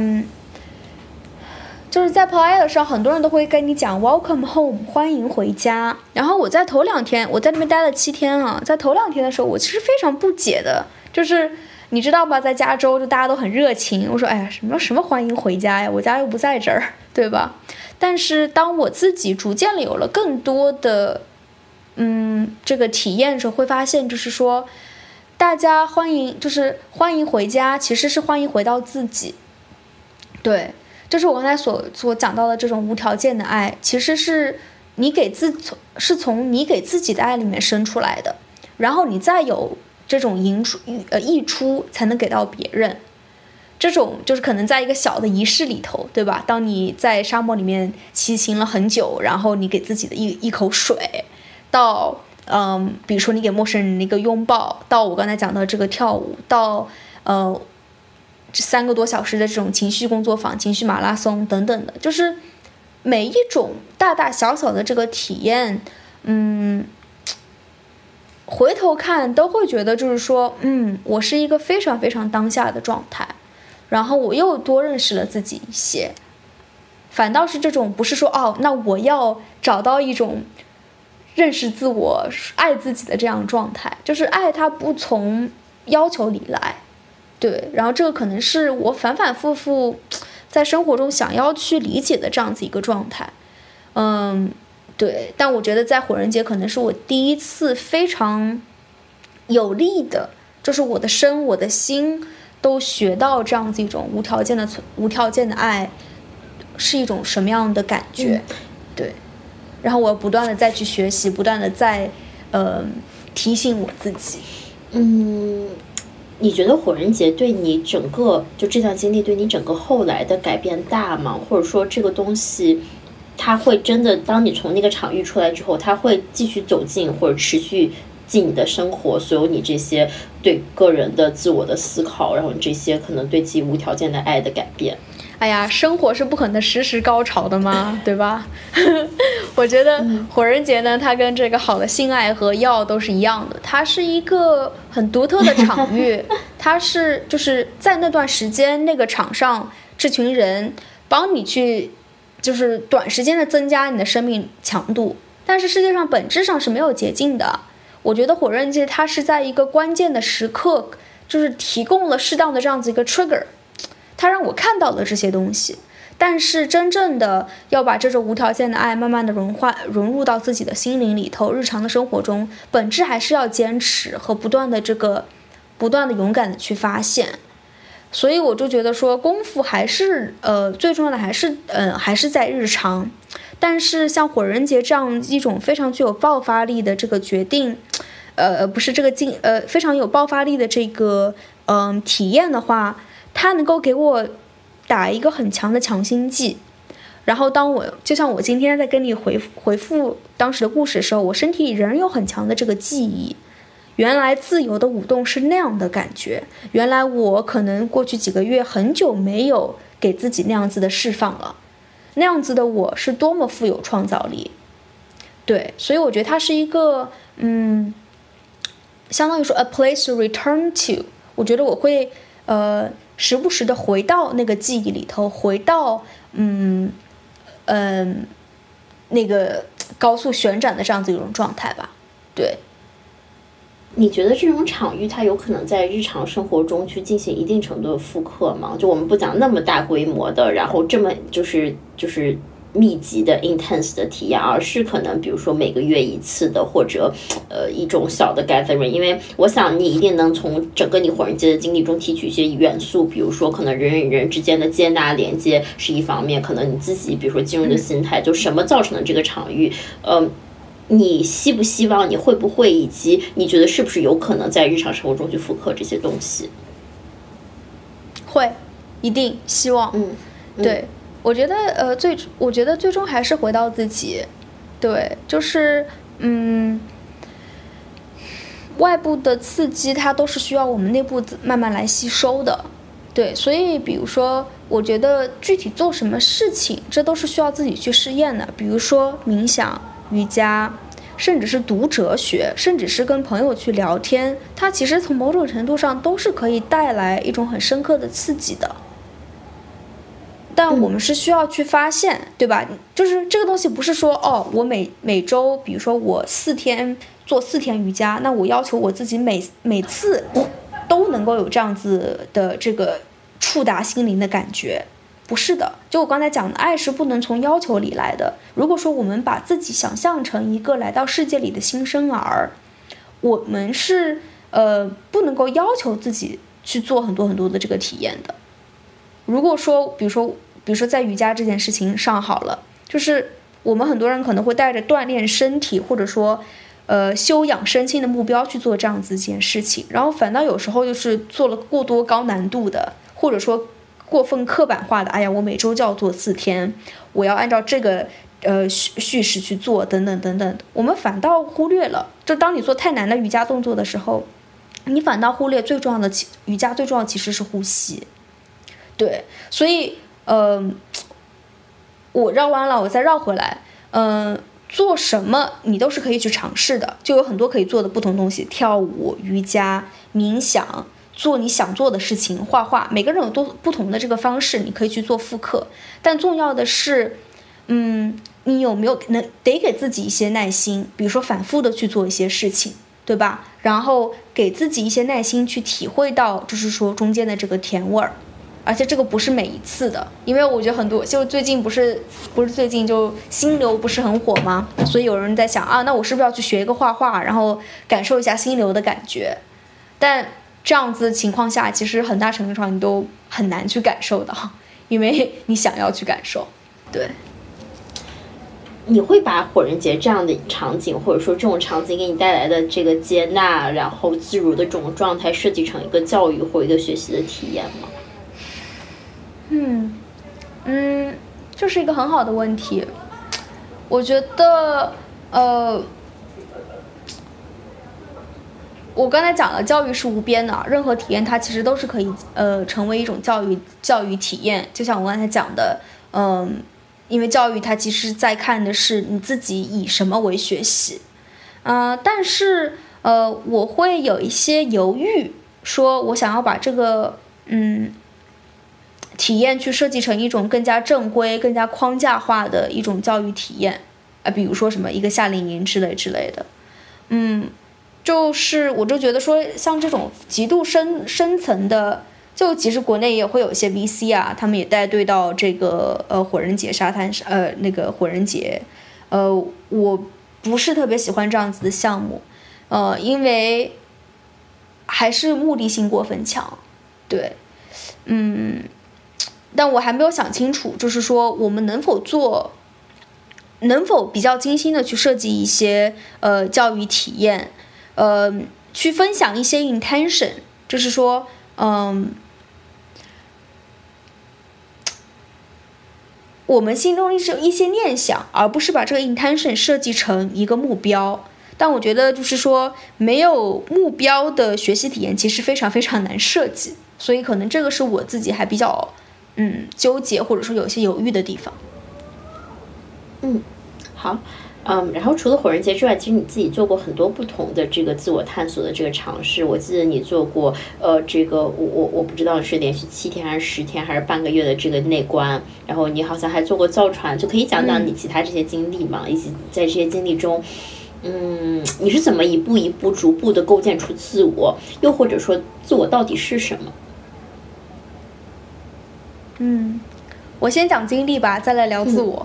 就是在 playa 上，很多人都会跟你讲 welcome home， 欢迎回家。然后我在头2天，我在那边待了7天啊，在头2天的时候，我其实非常不解的，就是你知道吧，在加州就大家都很热情，我说哎呀，什么欢迎回家呀，我家又不在这儿，对吧？但是当我自己逐渐有了更多的这个体验的时候，会发现就是说，大家欢迎回家，其实是欢迎回到自己。对，就是我刚才所讲到的这种无条件的爱，其实是从你给自己的爱里面生出来的，然后你再有这种溢出才能给到别人。这种就是可能在一个小的仪式里头，对吧？当你在沙漠里面骑行了很久，然后你给自己的一口水，到比如说你给陌生人的一个拥抱，到我刚才讲的这个跳舞，到这3个多小时的这种情绪工作坊、情绪马拉松等等的，就是每一种大大小小的这个体验，回头看都会觉得就是说，我是一个非常非常当下的状态，然后我又多认识了自己一些。反倒是这种不是说那我要找到一种认识自我、爱自己的这样状态，就是爱它不从要求里来。对，然后这个可能是我反反复复在生活中想要去理解的这样子一个状态。对，但我觉得在火人节可能是我第一次非常有力的，就是我的身我的心都学到这样子一种无条件的爱是一种什么样的感觉。对，然后我不断的再去学习，不断的在提醒我自己。 你觉得火人节对你整个就这段经历对你整个后来的改变大吗？或者说这个东西它会真的当你从那个场域出来之后，它会继续走进或者持续进你的生活，所有你这些对个人的自我的思考，然后这些可能对自己无条件的爱的改变？ 哎呀，生活是不可能时时高潮的嘛，对吧？我觉得火人节呢，它跟这个好的性爱和药都是一样的，它是一个很独特的场域，它是就是在那段时间那个场上，这群人帮你去就是短时间的增加你的生命强度，但是世界上本质上是没有捷径的。我觉得火人节它是在一个关键的时刻，就是提供了适当的这样子一个 trigger， 它让我看到了这些东西。但是真正的要把这种无条件的爱慢慢的融入到自己的心灵里头，日常的生活中，本质还是要坚持和不断的勇敢的去发现。所以我就觉得说功夫还是最重要的还是在日常。但是像火人节这样一种非常具有爆发力的这个决定，非常有爆发力的这个体验的话，它能够给我打一个很强的强心剂。然后就像我今天在跟你回复当时的故事的时候，我身体里仍有很强的这个记忆，原来自由的舞动是那样的感觉，原来我可能过去几个月很久没有给自己那样子的释放了，那样子的我是多么富有创造力。对，所以我觉得它是一个相当于说 a place to return to， 我觉得我会时不时的回到那个记忆里头，回到那个高速旋转的这样子一种状态吧。对， 你觉得这种场域它有可能在日常生活中去进行一定程度的复刻吗？就我们不讲那么大规模的，然后这么就是密集的 intense 的体验，而是可能比如说每个月一次的，或者一种小的 gathering。因为我想你一定能从整个你火人节的经历中提取一些元素，比如说可能人与人之间的接纳连接是一方面，可能你自己比如说进入的心态，就什么造成了这个场域，你希不希望，你会不会，以及你觉得是不是有可能在日常生活中去复刻这些东西？ 会，一定希望。对，我觉得最终还是回到自己。对，就是外部的刺激它都是需要我们内部慢慢来吸收的。 对，所以比如说我觉得具体做什么事情，这都是需要自己去试验的。比如说冥想、瑜伽，甚至是读哲学，甚至是跟朋友去聊天，它其实从某种程度上都是可以带来一种很深刻的刺激的。但我们是需要去发现，对吧？就是这个东西不是说我每周，比如说我4天做4天瑜伽，那我要求我自己每次都能够有这样子的这个触达心灵的感觉，不是的。就我刚才讲的，爱是不能从要求里来的。如果说我们把自己想象成一个来到世界里的新生儿，我们是不能够要求自己去做很多很多的这个体验的。如果说比如说在瑜伽这件事情上好了，就是我们很多人可能会带着锻炼身体或者说修养身心的目标去做这样子一件事情，然后反倒有时候就是做了过多高难度的，或者说过分刻板化的，哎呀我每周就要做4天，我要按照这个叙事去做等等等等，我们反倒忽略了，就当你做太难的瑜伽动作的时候，你反倒忽略最重要的瑜伽最重要的其实是呼吸。对，所以我绕弯了，我再绕回来。做什么你都是可以去尝试的，就有很多可以做的不同东西，跳舞、瑜伽、冥想，做你想做的事情，画画，每个人有不同的这个方式，你可以去做复刻。但重要的是，你有没有得给自己一些耐心，比如说反复的去做一些事情，对吧？然后给自己一些耐心去体会到，就是说中间的这个甜味儿。而且这个不是每一次的，因为我觉得很多，就最近不是最近就心流不是很火吗？所以有人在想那我是不是要去学一个画画，然后感受一下心流的感觉？但这样子情况下，其实很大程度上你都很难去感受到，因为你想要去感受。对， 你会把火人节这样的场景，或者说这种场景给你带来的这个接纳，然后自如的这种状态，设计成一个教育或一个学习的体验吗？ 这是一个很好的问题。我觉得我刚才讲了，教育是无边的，任何体验它其实都是可以成为一种教育体验。就像我刚才讲的，因为教育它其实在看的是你自己以什么为学习。但是我会有一些犹豫，说我想要把这个体验去设计成一种更加正规、更加框架化的一种教育体验比如说什么一个夏令营之类的。就是我就觉得说，像这种极度深层的，就其实国内也会有一些 VC 他们也带队到这个火人节沙滩那个火人节，我不是特别喜欢这样子的项目，因为还是目的性过分强。对，但我还没有想清楚，就是说我们能否比较精心的去设计一些教育体验，去分享一些 intention， 就是说我们心中是一些念想，而不是把这个 intention 设计成一个目标。但我觉得就是说没有目标的学习体验其实非常非常难设计，所以可能这个是我自己还比较纠结或者说有些犹豫的地方。 好，然后除了火人节之外，其实你自己做过很多不同的这个自我探索的这个尝试。我记得你做过这个我不知道是连续7天还是10天还是半个月的这个内观，然后你好像还做过造船，就可以讲讲你其他这些经历吗？以及在这些经历中你是怎么一步一步逐步的构建出自我，又或者说自我到底是什么？ 我先讲经历吧，再来聊自我。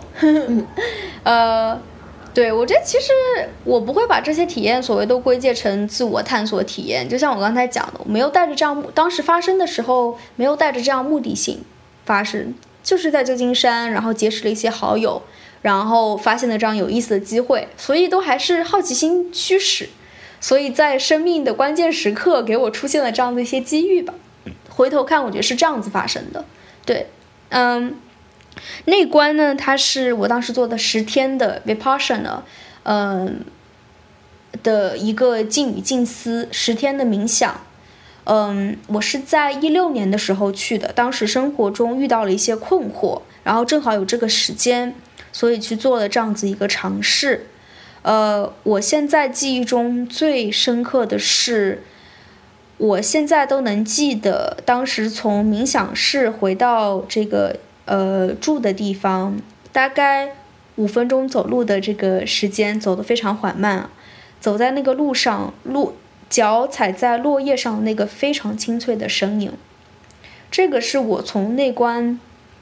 对，我觉得其实我不会把这些体验所谓都归结成自我探索体验，就像我刚才讲的，我没有带着这样，当时发生的时候没有带着这样目的性发生，就是在旧金山，然后结识了一些好友，然后发现了这样有意思的机会，所以都还是好奇心驱使，所以在生命的关键时刻给我出现了这样的一些机遇吧。回头看，我觉得是这样子发生的。对，内观呢，它是我当时做的10天的 Vipassana，的一个静语静思10天的冥想。 我是在16年的时候去的，当时生活中遇到了一些困惑，然后正好有这个时间，所以去做了这样子一个尝试。我现在记忆中最深刻的是，我现在都能记得，当时从冥想室回到这个住的地方，大概5分钟走路的这个时间，走得非常缓慢，走在那个路上，脚踩在落叶上那个非常清脆的声音，这个是我从内观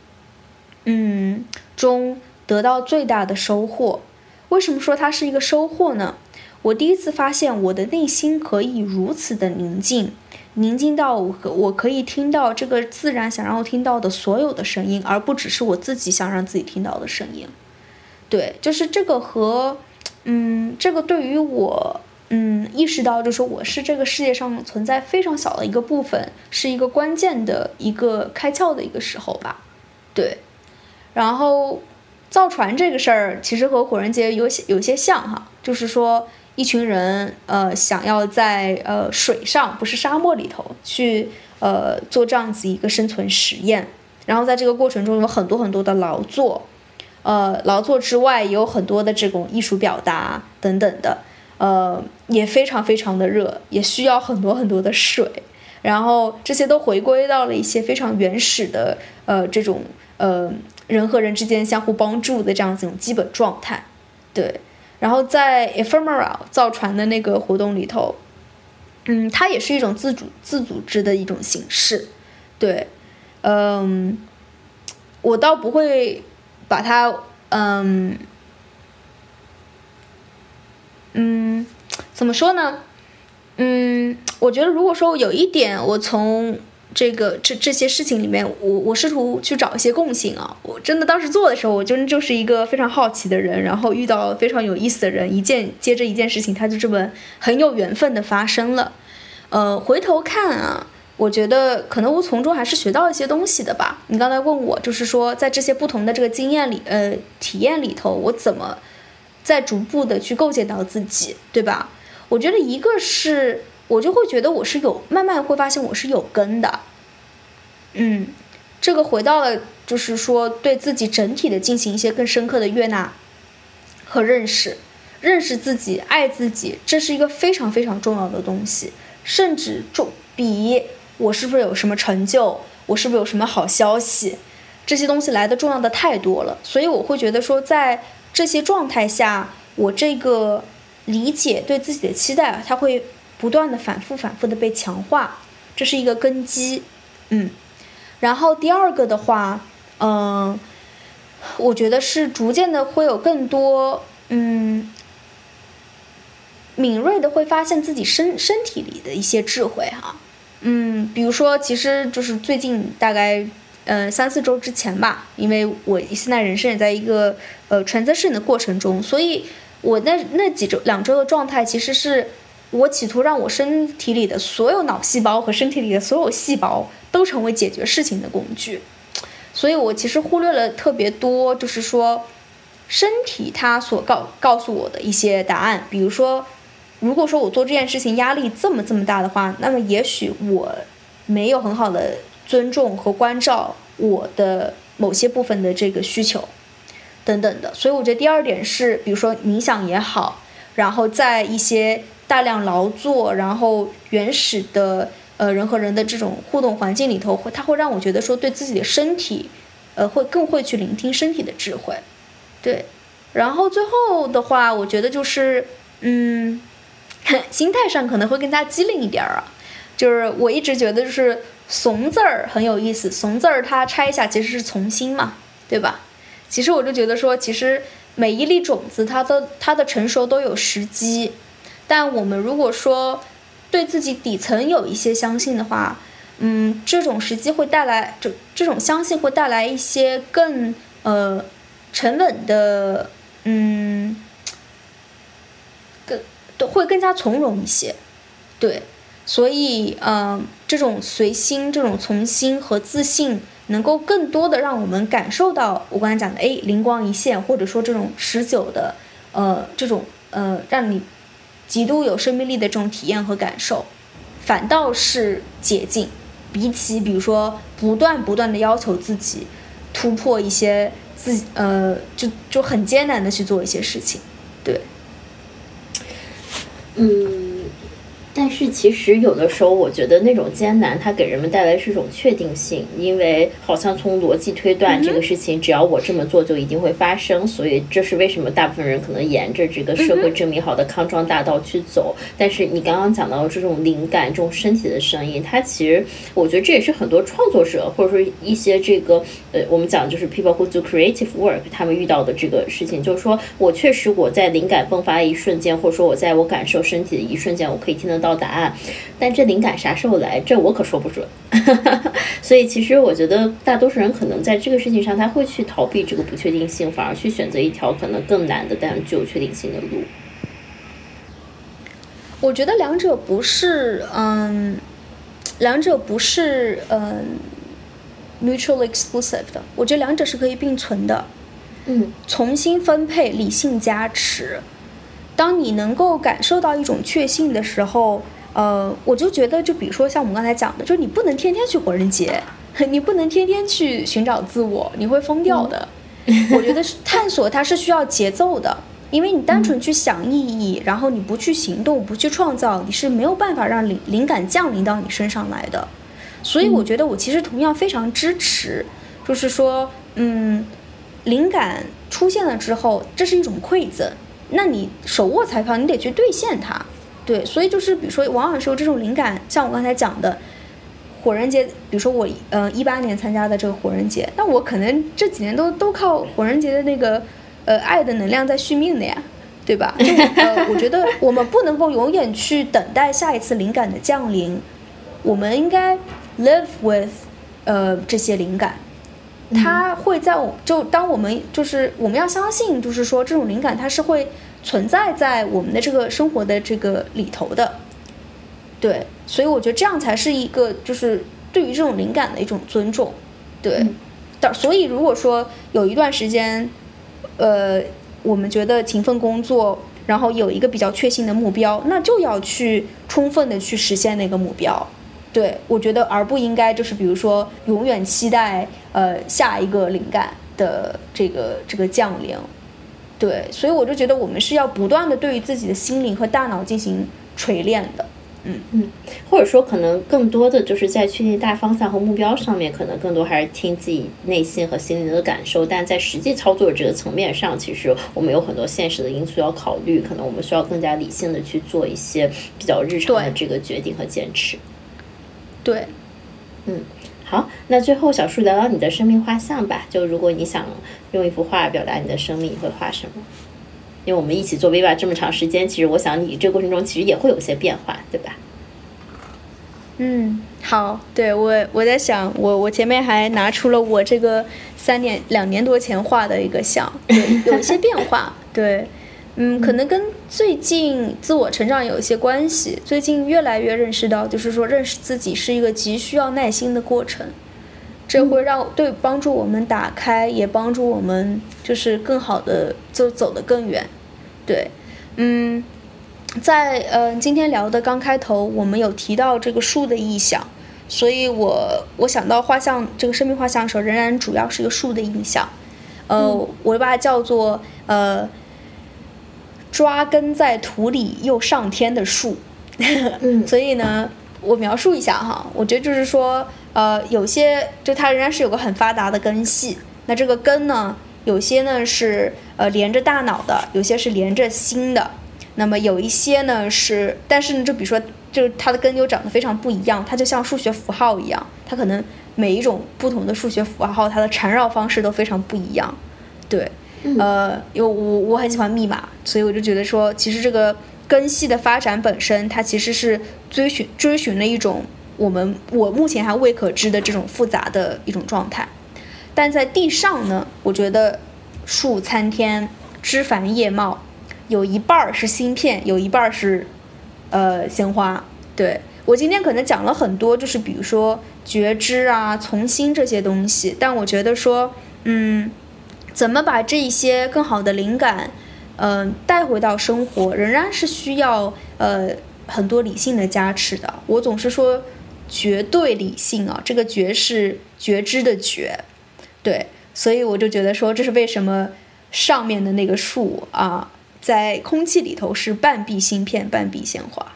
中得到最大的收获。为什么说它是一个收获呢？我第一次发现我的内心可以如此的宁静到我可以听到这个自然想让我听到的所有的声音，而不只是我自己想让自己听到的声音。对，就是这个和这个对于我意识到就是我是这个世界上存在非常小的一个部分，是一个关键的一个开窍的一个时候吧。对，然后造船这个事儿其实和火人节有些像哈，就是说一群人想要在水上，不是沙漠里头去做这样子一个生存实验，然后在这个过程中有很多很多的劳作之外也有很多的这种艺术表达等等的，也非常非常的热，也需要很多很多的水，然后这些都回归到了一些非常原始的这种人和人之间相互帮助的这样子一种基本状态。对，然后在 Ephemeral 造船的那个活动里头，它也是一种自组织的一种形式。对，我倒不会把它怎么说呢？我觉得如果说有一点我从这些事情里面，我试图去找一些共性啊。我真的当时做的时候，我就是一个非常好奇的人，然后遇到非常有意思的人，一件接着一件事情，它就这么很有缘分的发生了。回头看啊，我觉得可能我从中还是学到一些东西的吧。你刚才问我，就是说在这些不同的这个经验里，体验里头，我怎么在逐步的去构建到自己，对吧？我觉得一个是我就会觉得我是慢慢会发现我是有根的。这个回到了就是说对自己整体的进行一些更深刻的悦纳和认识自己，爱自己，这是一个非常非常重要的东西，甚至比我是不是有什么成就，我是不是有什么好消息，这些东西来的重要的太多了。所以我会觉得说在这些状态下，我这个理解对自己的期待，它会不断的反复的被强化，这是一个根基。然后第二个的话，我觉得是逐渐的会有更多敏锐的会发现自己身体里的一些智慧哈。比如说其实就是最近大概3-4周之前吧，因为我现在人生也在一个transition 的过程中，所以我那2周的状态其实是我企图让我身体里的所有脑细胞和身体里的所有细胞都成为解决事情的工具。所以我其实忽略了特别多，就是说身体它所告诉我的一些答案。比如说如果说我做这件事情压力这么大的话，那么也许我没有很好的尊重和关照我的某些部分的这个需求等等的。所以我觉得第二点是比如说冥想也好，然后在一些大量劳作然后原始的人和人的这种互动环境里头，它会让我觉得说对自己的身体更会去聆听身体的智慧。对，然后最后的话我觉得就是心态上可能会更加机灵一点啊。就是我一直觉得就是怂字儿很有意思，怂字儿它拆一下其实是从心嘛，对吧？其实我就觉得说其实每一粒种子它的成熟都有时机，但我们如果说对自己底层有一些相信的话，这种时机会带来这种相信会带来一些更沉稳的会更加从容一些。对，所以这种随心这种从心和自信能够更多的让我们感受到我刚才讲的灵光一现，或者说这种持久的这种让你极度有生命力的这种体验和感受， 反倒是捷径，比起比如说不断的要求自己突破一些自己就很艰难的去做一些事情。对， 但是其实有的时候我觉得那种艰难它给人们带来是一种确定性，因为好像从逻辑推断这个事情只要我这么做就一定会发生，所以这是为什么大部分人可能沿着这个社会证明好的康庄大道去走。但是你刚刚讲到这种灵感，这种身体的声音，它其实我觉得这也是很多创作者或者说一些这个我们讲就是 people who do creative work 他们遇到的这个事情，就是说我确实我在灵感迸发的一瞬间，或者说我在我感受身体的一瞬间，我可以听得到答案，但这灵感啥时候来，这我可说不准。所以其实我觉得大多数人可能在这个事情上他会去逃避这个不确定性，反而去选择一条可能更难的但具有确定性的路。 我觉得两者不是mutually exclusive 的，我觉得两者是可以并存的。重新分配，理性加持。当你能够感受到一种确信的时候，我就觉得，就比如说像我们刚才讲的，就是你不能天天去火人节，你不能天天去寻找自我，你会疯掉的。我觉得探索它是需要节奏的，因为你单纯去想意义，然后你不去行动，不去创造，你是没有办法让灵感降临到你身上来的。所以我觉得我其实同样非常支持，就是说，灵感出现了之后，这是一种馈赠。那你手握彩票，你得去兑现它。对，所以就是比如说往往是有这种灵感，像我刚才讲的火人节，比如说我18年参加的这个火人节，那我可能这几年都靠火人节的那个爱的能量在续命的呀，对吧？就我觉得我们不能够永远去等待下一次灵感的降临，我们应该 live with 这些灵感。它会在当我们要相信，就是说这种灵感它是会存在在我们的这个生活的这个里头的。对，所以我觉得这样才是一个就是对于这种灵感的一种尊重。对，所以如果说有一段时间我们觉得勤奋工作，然后有一个比较确信的目标，那就要去充分的去实现那个目标。对，我觉得而不应该就是比如说永远期待下一个灵感的这个降临。对，所以我就觉得我们是要不断的对于自己的心灵和大脑进行锤炼的。 或者说可能更多的就是在确定大方向和目标上面，可能更多还是听自己内心和心灵的感受，但在实际操作这个层面上，其实我们有很多现实的因素要考虑，可能我们需要更加理性的去做一些比较日常的这个决定和坚持。 对， 好，那最后小树聊聊你的生命画像吧。就如果你想用一幅画表达你的生命，你会画什么？因为我们一起做 Viva 这么长时间，其实我想你这个过程中其实也会有些变化，对吧？ 好，对，我在想，我前面还拿出了我这个2年多前画的一个像，对，有一些变化，对。可能跟最近自我成长有一些关系。最近越来越认识到，就是说认识自己是一个极需要耐心的过程，这会帮助我们打开，也帮助我们就是更好的就走得更远。对，在今天聊的刚开头，我们有提到这个树的意象，所以我想到画像这个生命画像的时候，仍然主要是一个树的意象。我把它叫做抓根在土里又上天的树。所以呢，我描述一下哈，我觉得就是说有些就它仍然是有个很发达的根系，那这个根呢，有些呢是连着大脑的，有些是连着心的，那么有一些呢是，但是呢就比如说就是它的根就长得非常不一样，它就像数学符号一样，它可能每一种不同的数学符号它的缠绕方式都非常不一样。对，因为我很喜欢密码，所以我就觉得说其实这个根系的发展本身它其实是追寻了一种我目前还未可知的这种复杂的一种状态。但在地上呢，我觉得树参天，枝繁叶茂，有一半是芯片，有一半是鲜花。对，我今天可能讲了很多就是比如说觉知啊从心这些东西，但我觉得说怎么把这一些更好的灵感带回到生活，仍然是需要很多理性的加持的。我总是说绝对理性啊，这个觉是觉知的觉，对，所以我就觉得说这是为什么上面的那个树啊，在空气里头是半壁芯片半壁鲜花。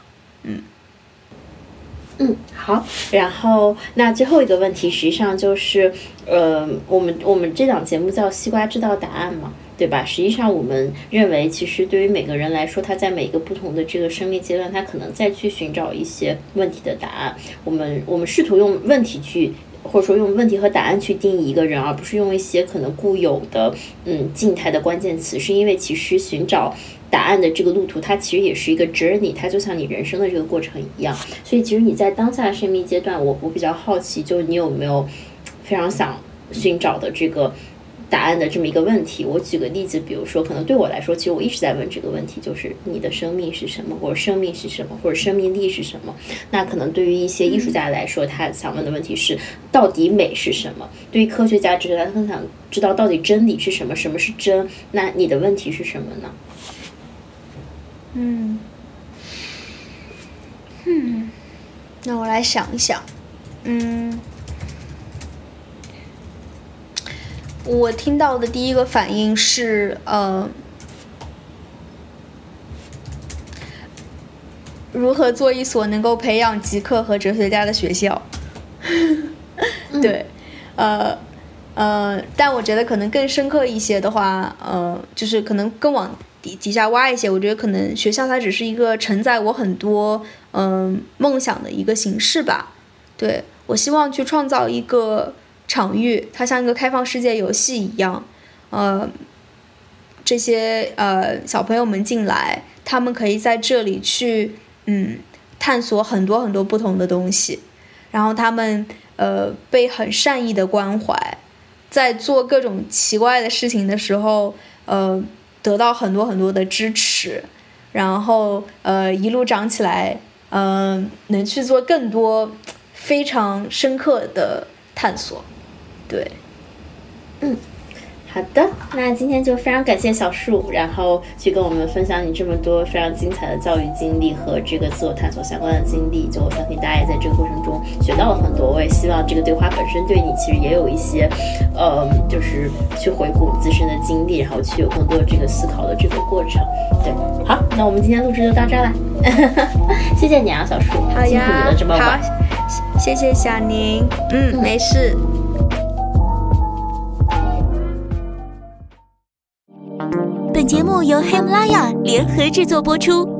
好，然后那最后一个问题实际上就是我们这档节目叫西瓜知道答案嘛，对吧？实际上我们认为其实对于每个人来说，他在每个不同的这个生命阶段，他可能再去寻找一些问题的答案。我们试图用问题去，或者说用问题和答案去定义一个人，而不是用一些可能固有的静态的关键词，是因为其实寻找答案的这个路途，它其实也是一个 journey， 它就像你人生的这个过程一样。所以其实你在当下的生命阶段，我比较好奇，就你有没有非常想寻找的这个答案的这么一个问题。我举个例子，比如说可能对我来说，其实我一直在问这个问题，就是你的生命是什么，或者生命是什么，或者生命力是什么。那可能对于一些艺术家来说，他想问的问题是到底美是什么。对于科学家他很想知道到底真理是什么，什么是真。那你的问题是什么呢？ 那我来想一想。我听到的第一个反应是如何做一所能够培养极客和哲学家的学校。对，但我觉得可能更深刻一些的话，就是可能更往底下挖一些，我觉得可能学校它只是一个承载我很多梦想的一个形式吧。对，我希望去创造一个场域，它像一个开放世界游戏一样，这些小朋友们进来，他们可以在这里去探索很多很多不同的东西，然后他们被很善意的关怀，在做各种奇怪的事情的时候得到很多很多的支持，然后一路长起来，能去做更多非常深刻的探索。对， 好的，那今天就非常感谢小树，然后去跟我们分享你这么多非常精彩的教育经历和这个自我探索相关的经历。就我相信大家也在这个过程中学到了很多，我也希望这个对话本身对你其实也有一些就是去回顾自身的经历，然后去有更多这个思考的这个过程。对，好，那我们今天录制就到这儿了。谢谢你啊，小树， 好呀， 辛苦你了这么晚。 好，谢谢小宁。没事。 本节目由喜马拉雅联合制作播出。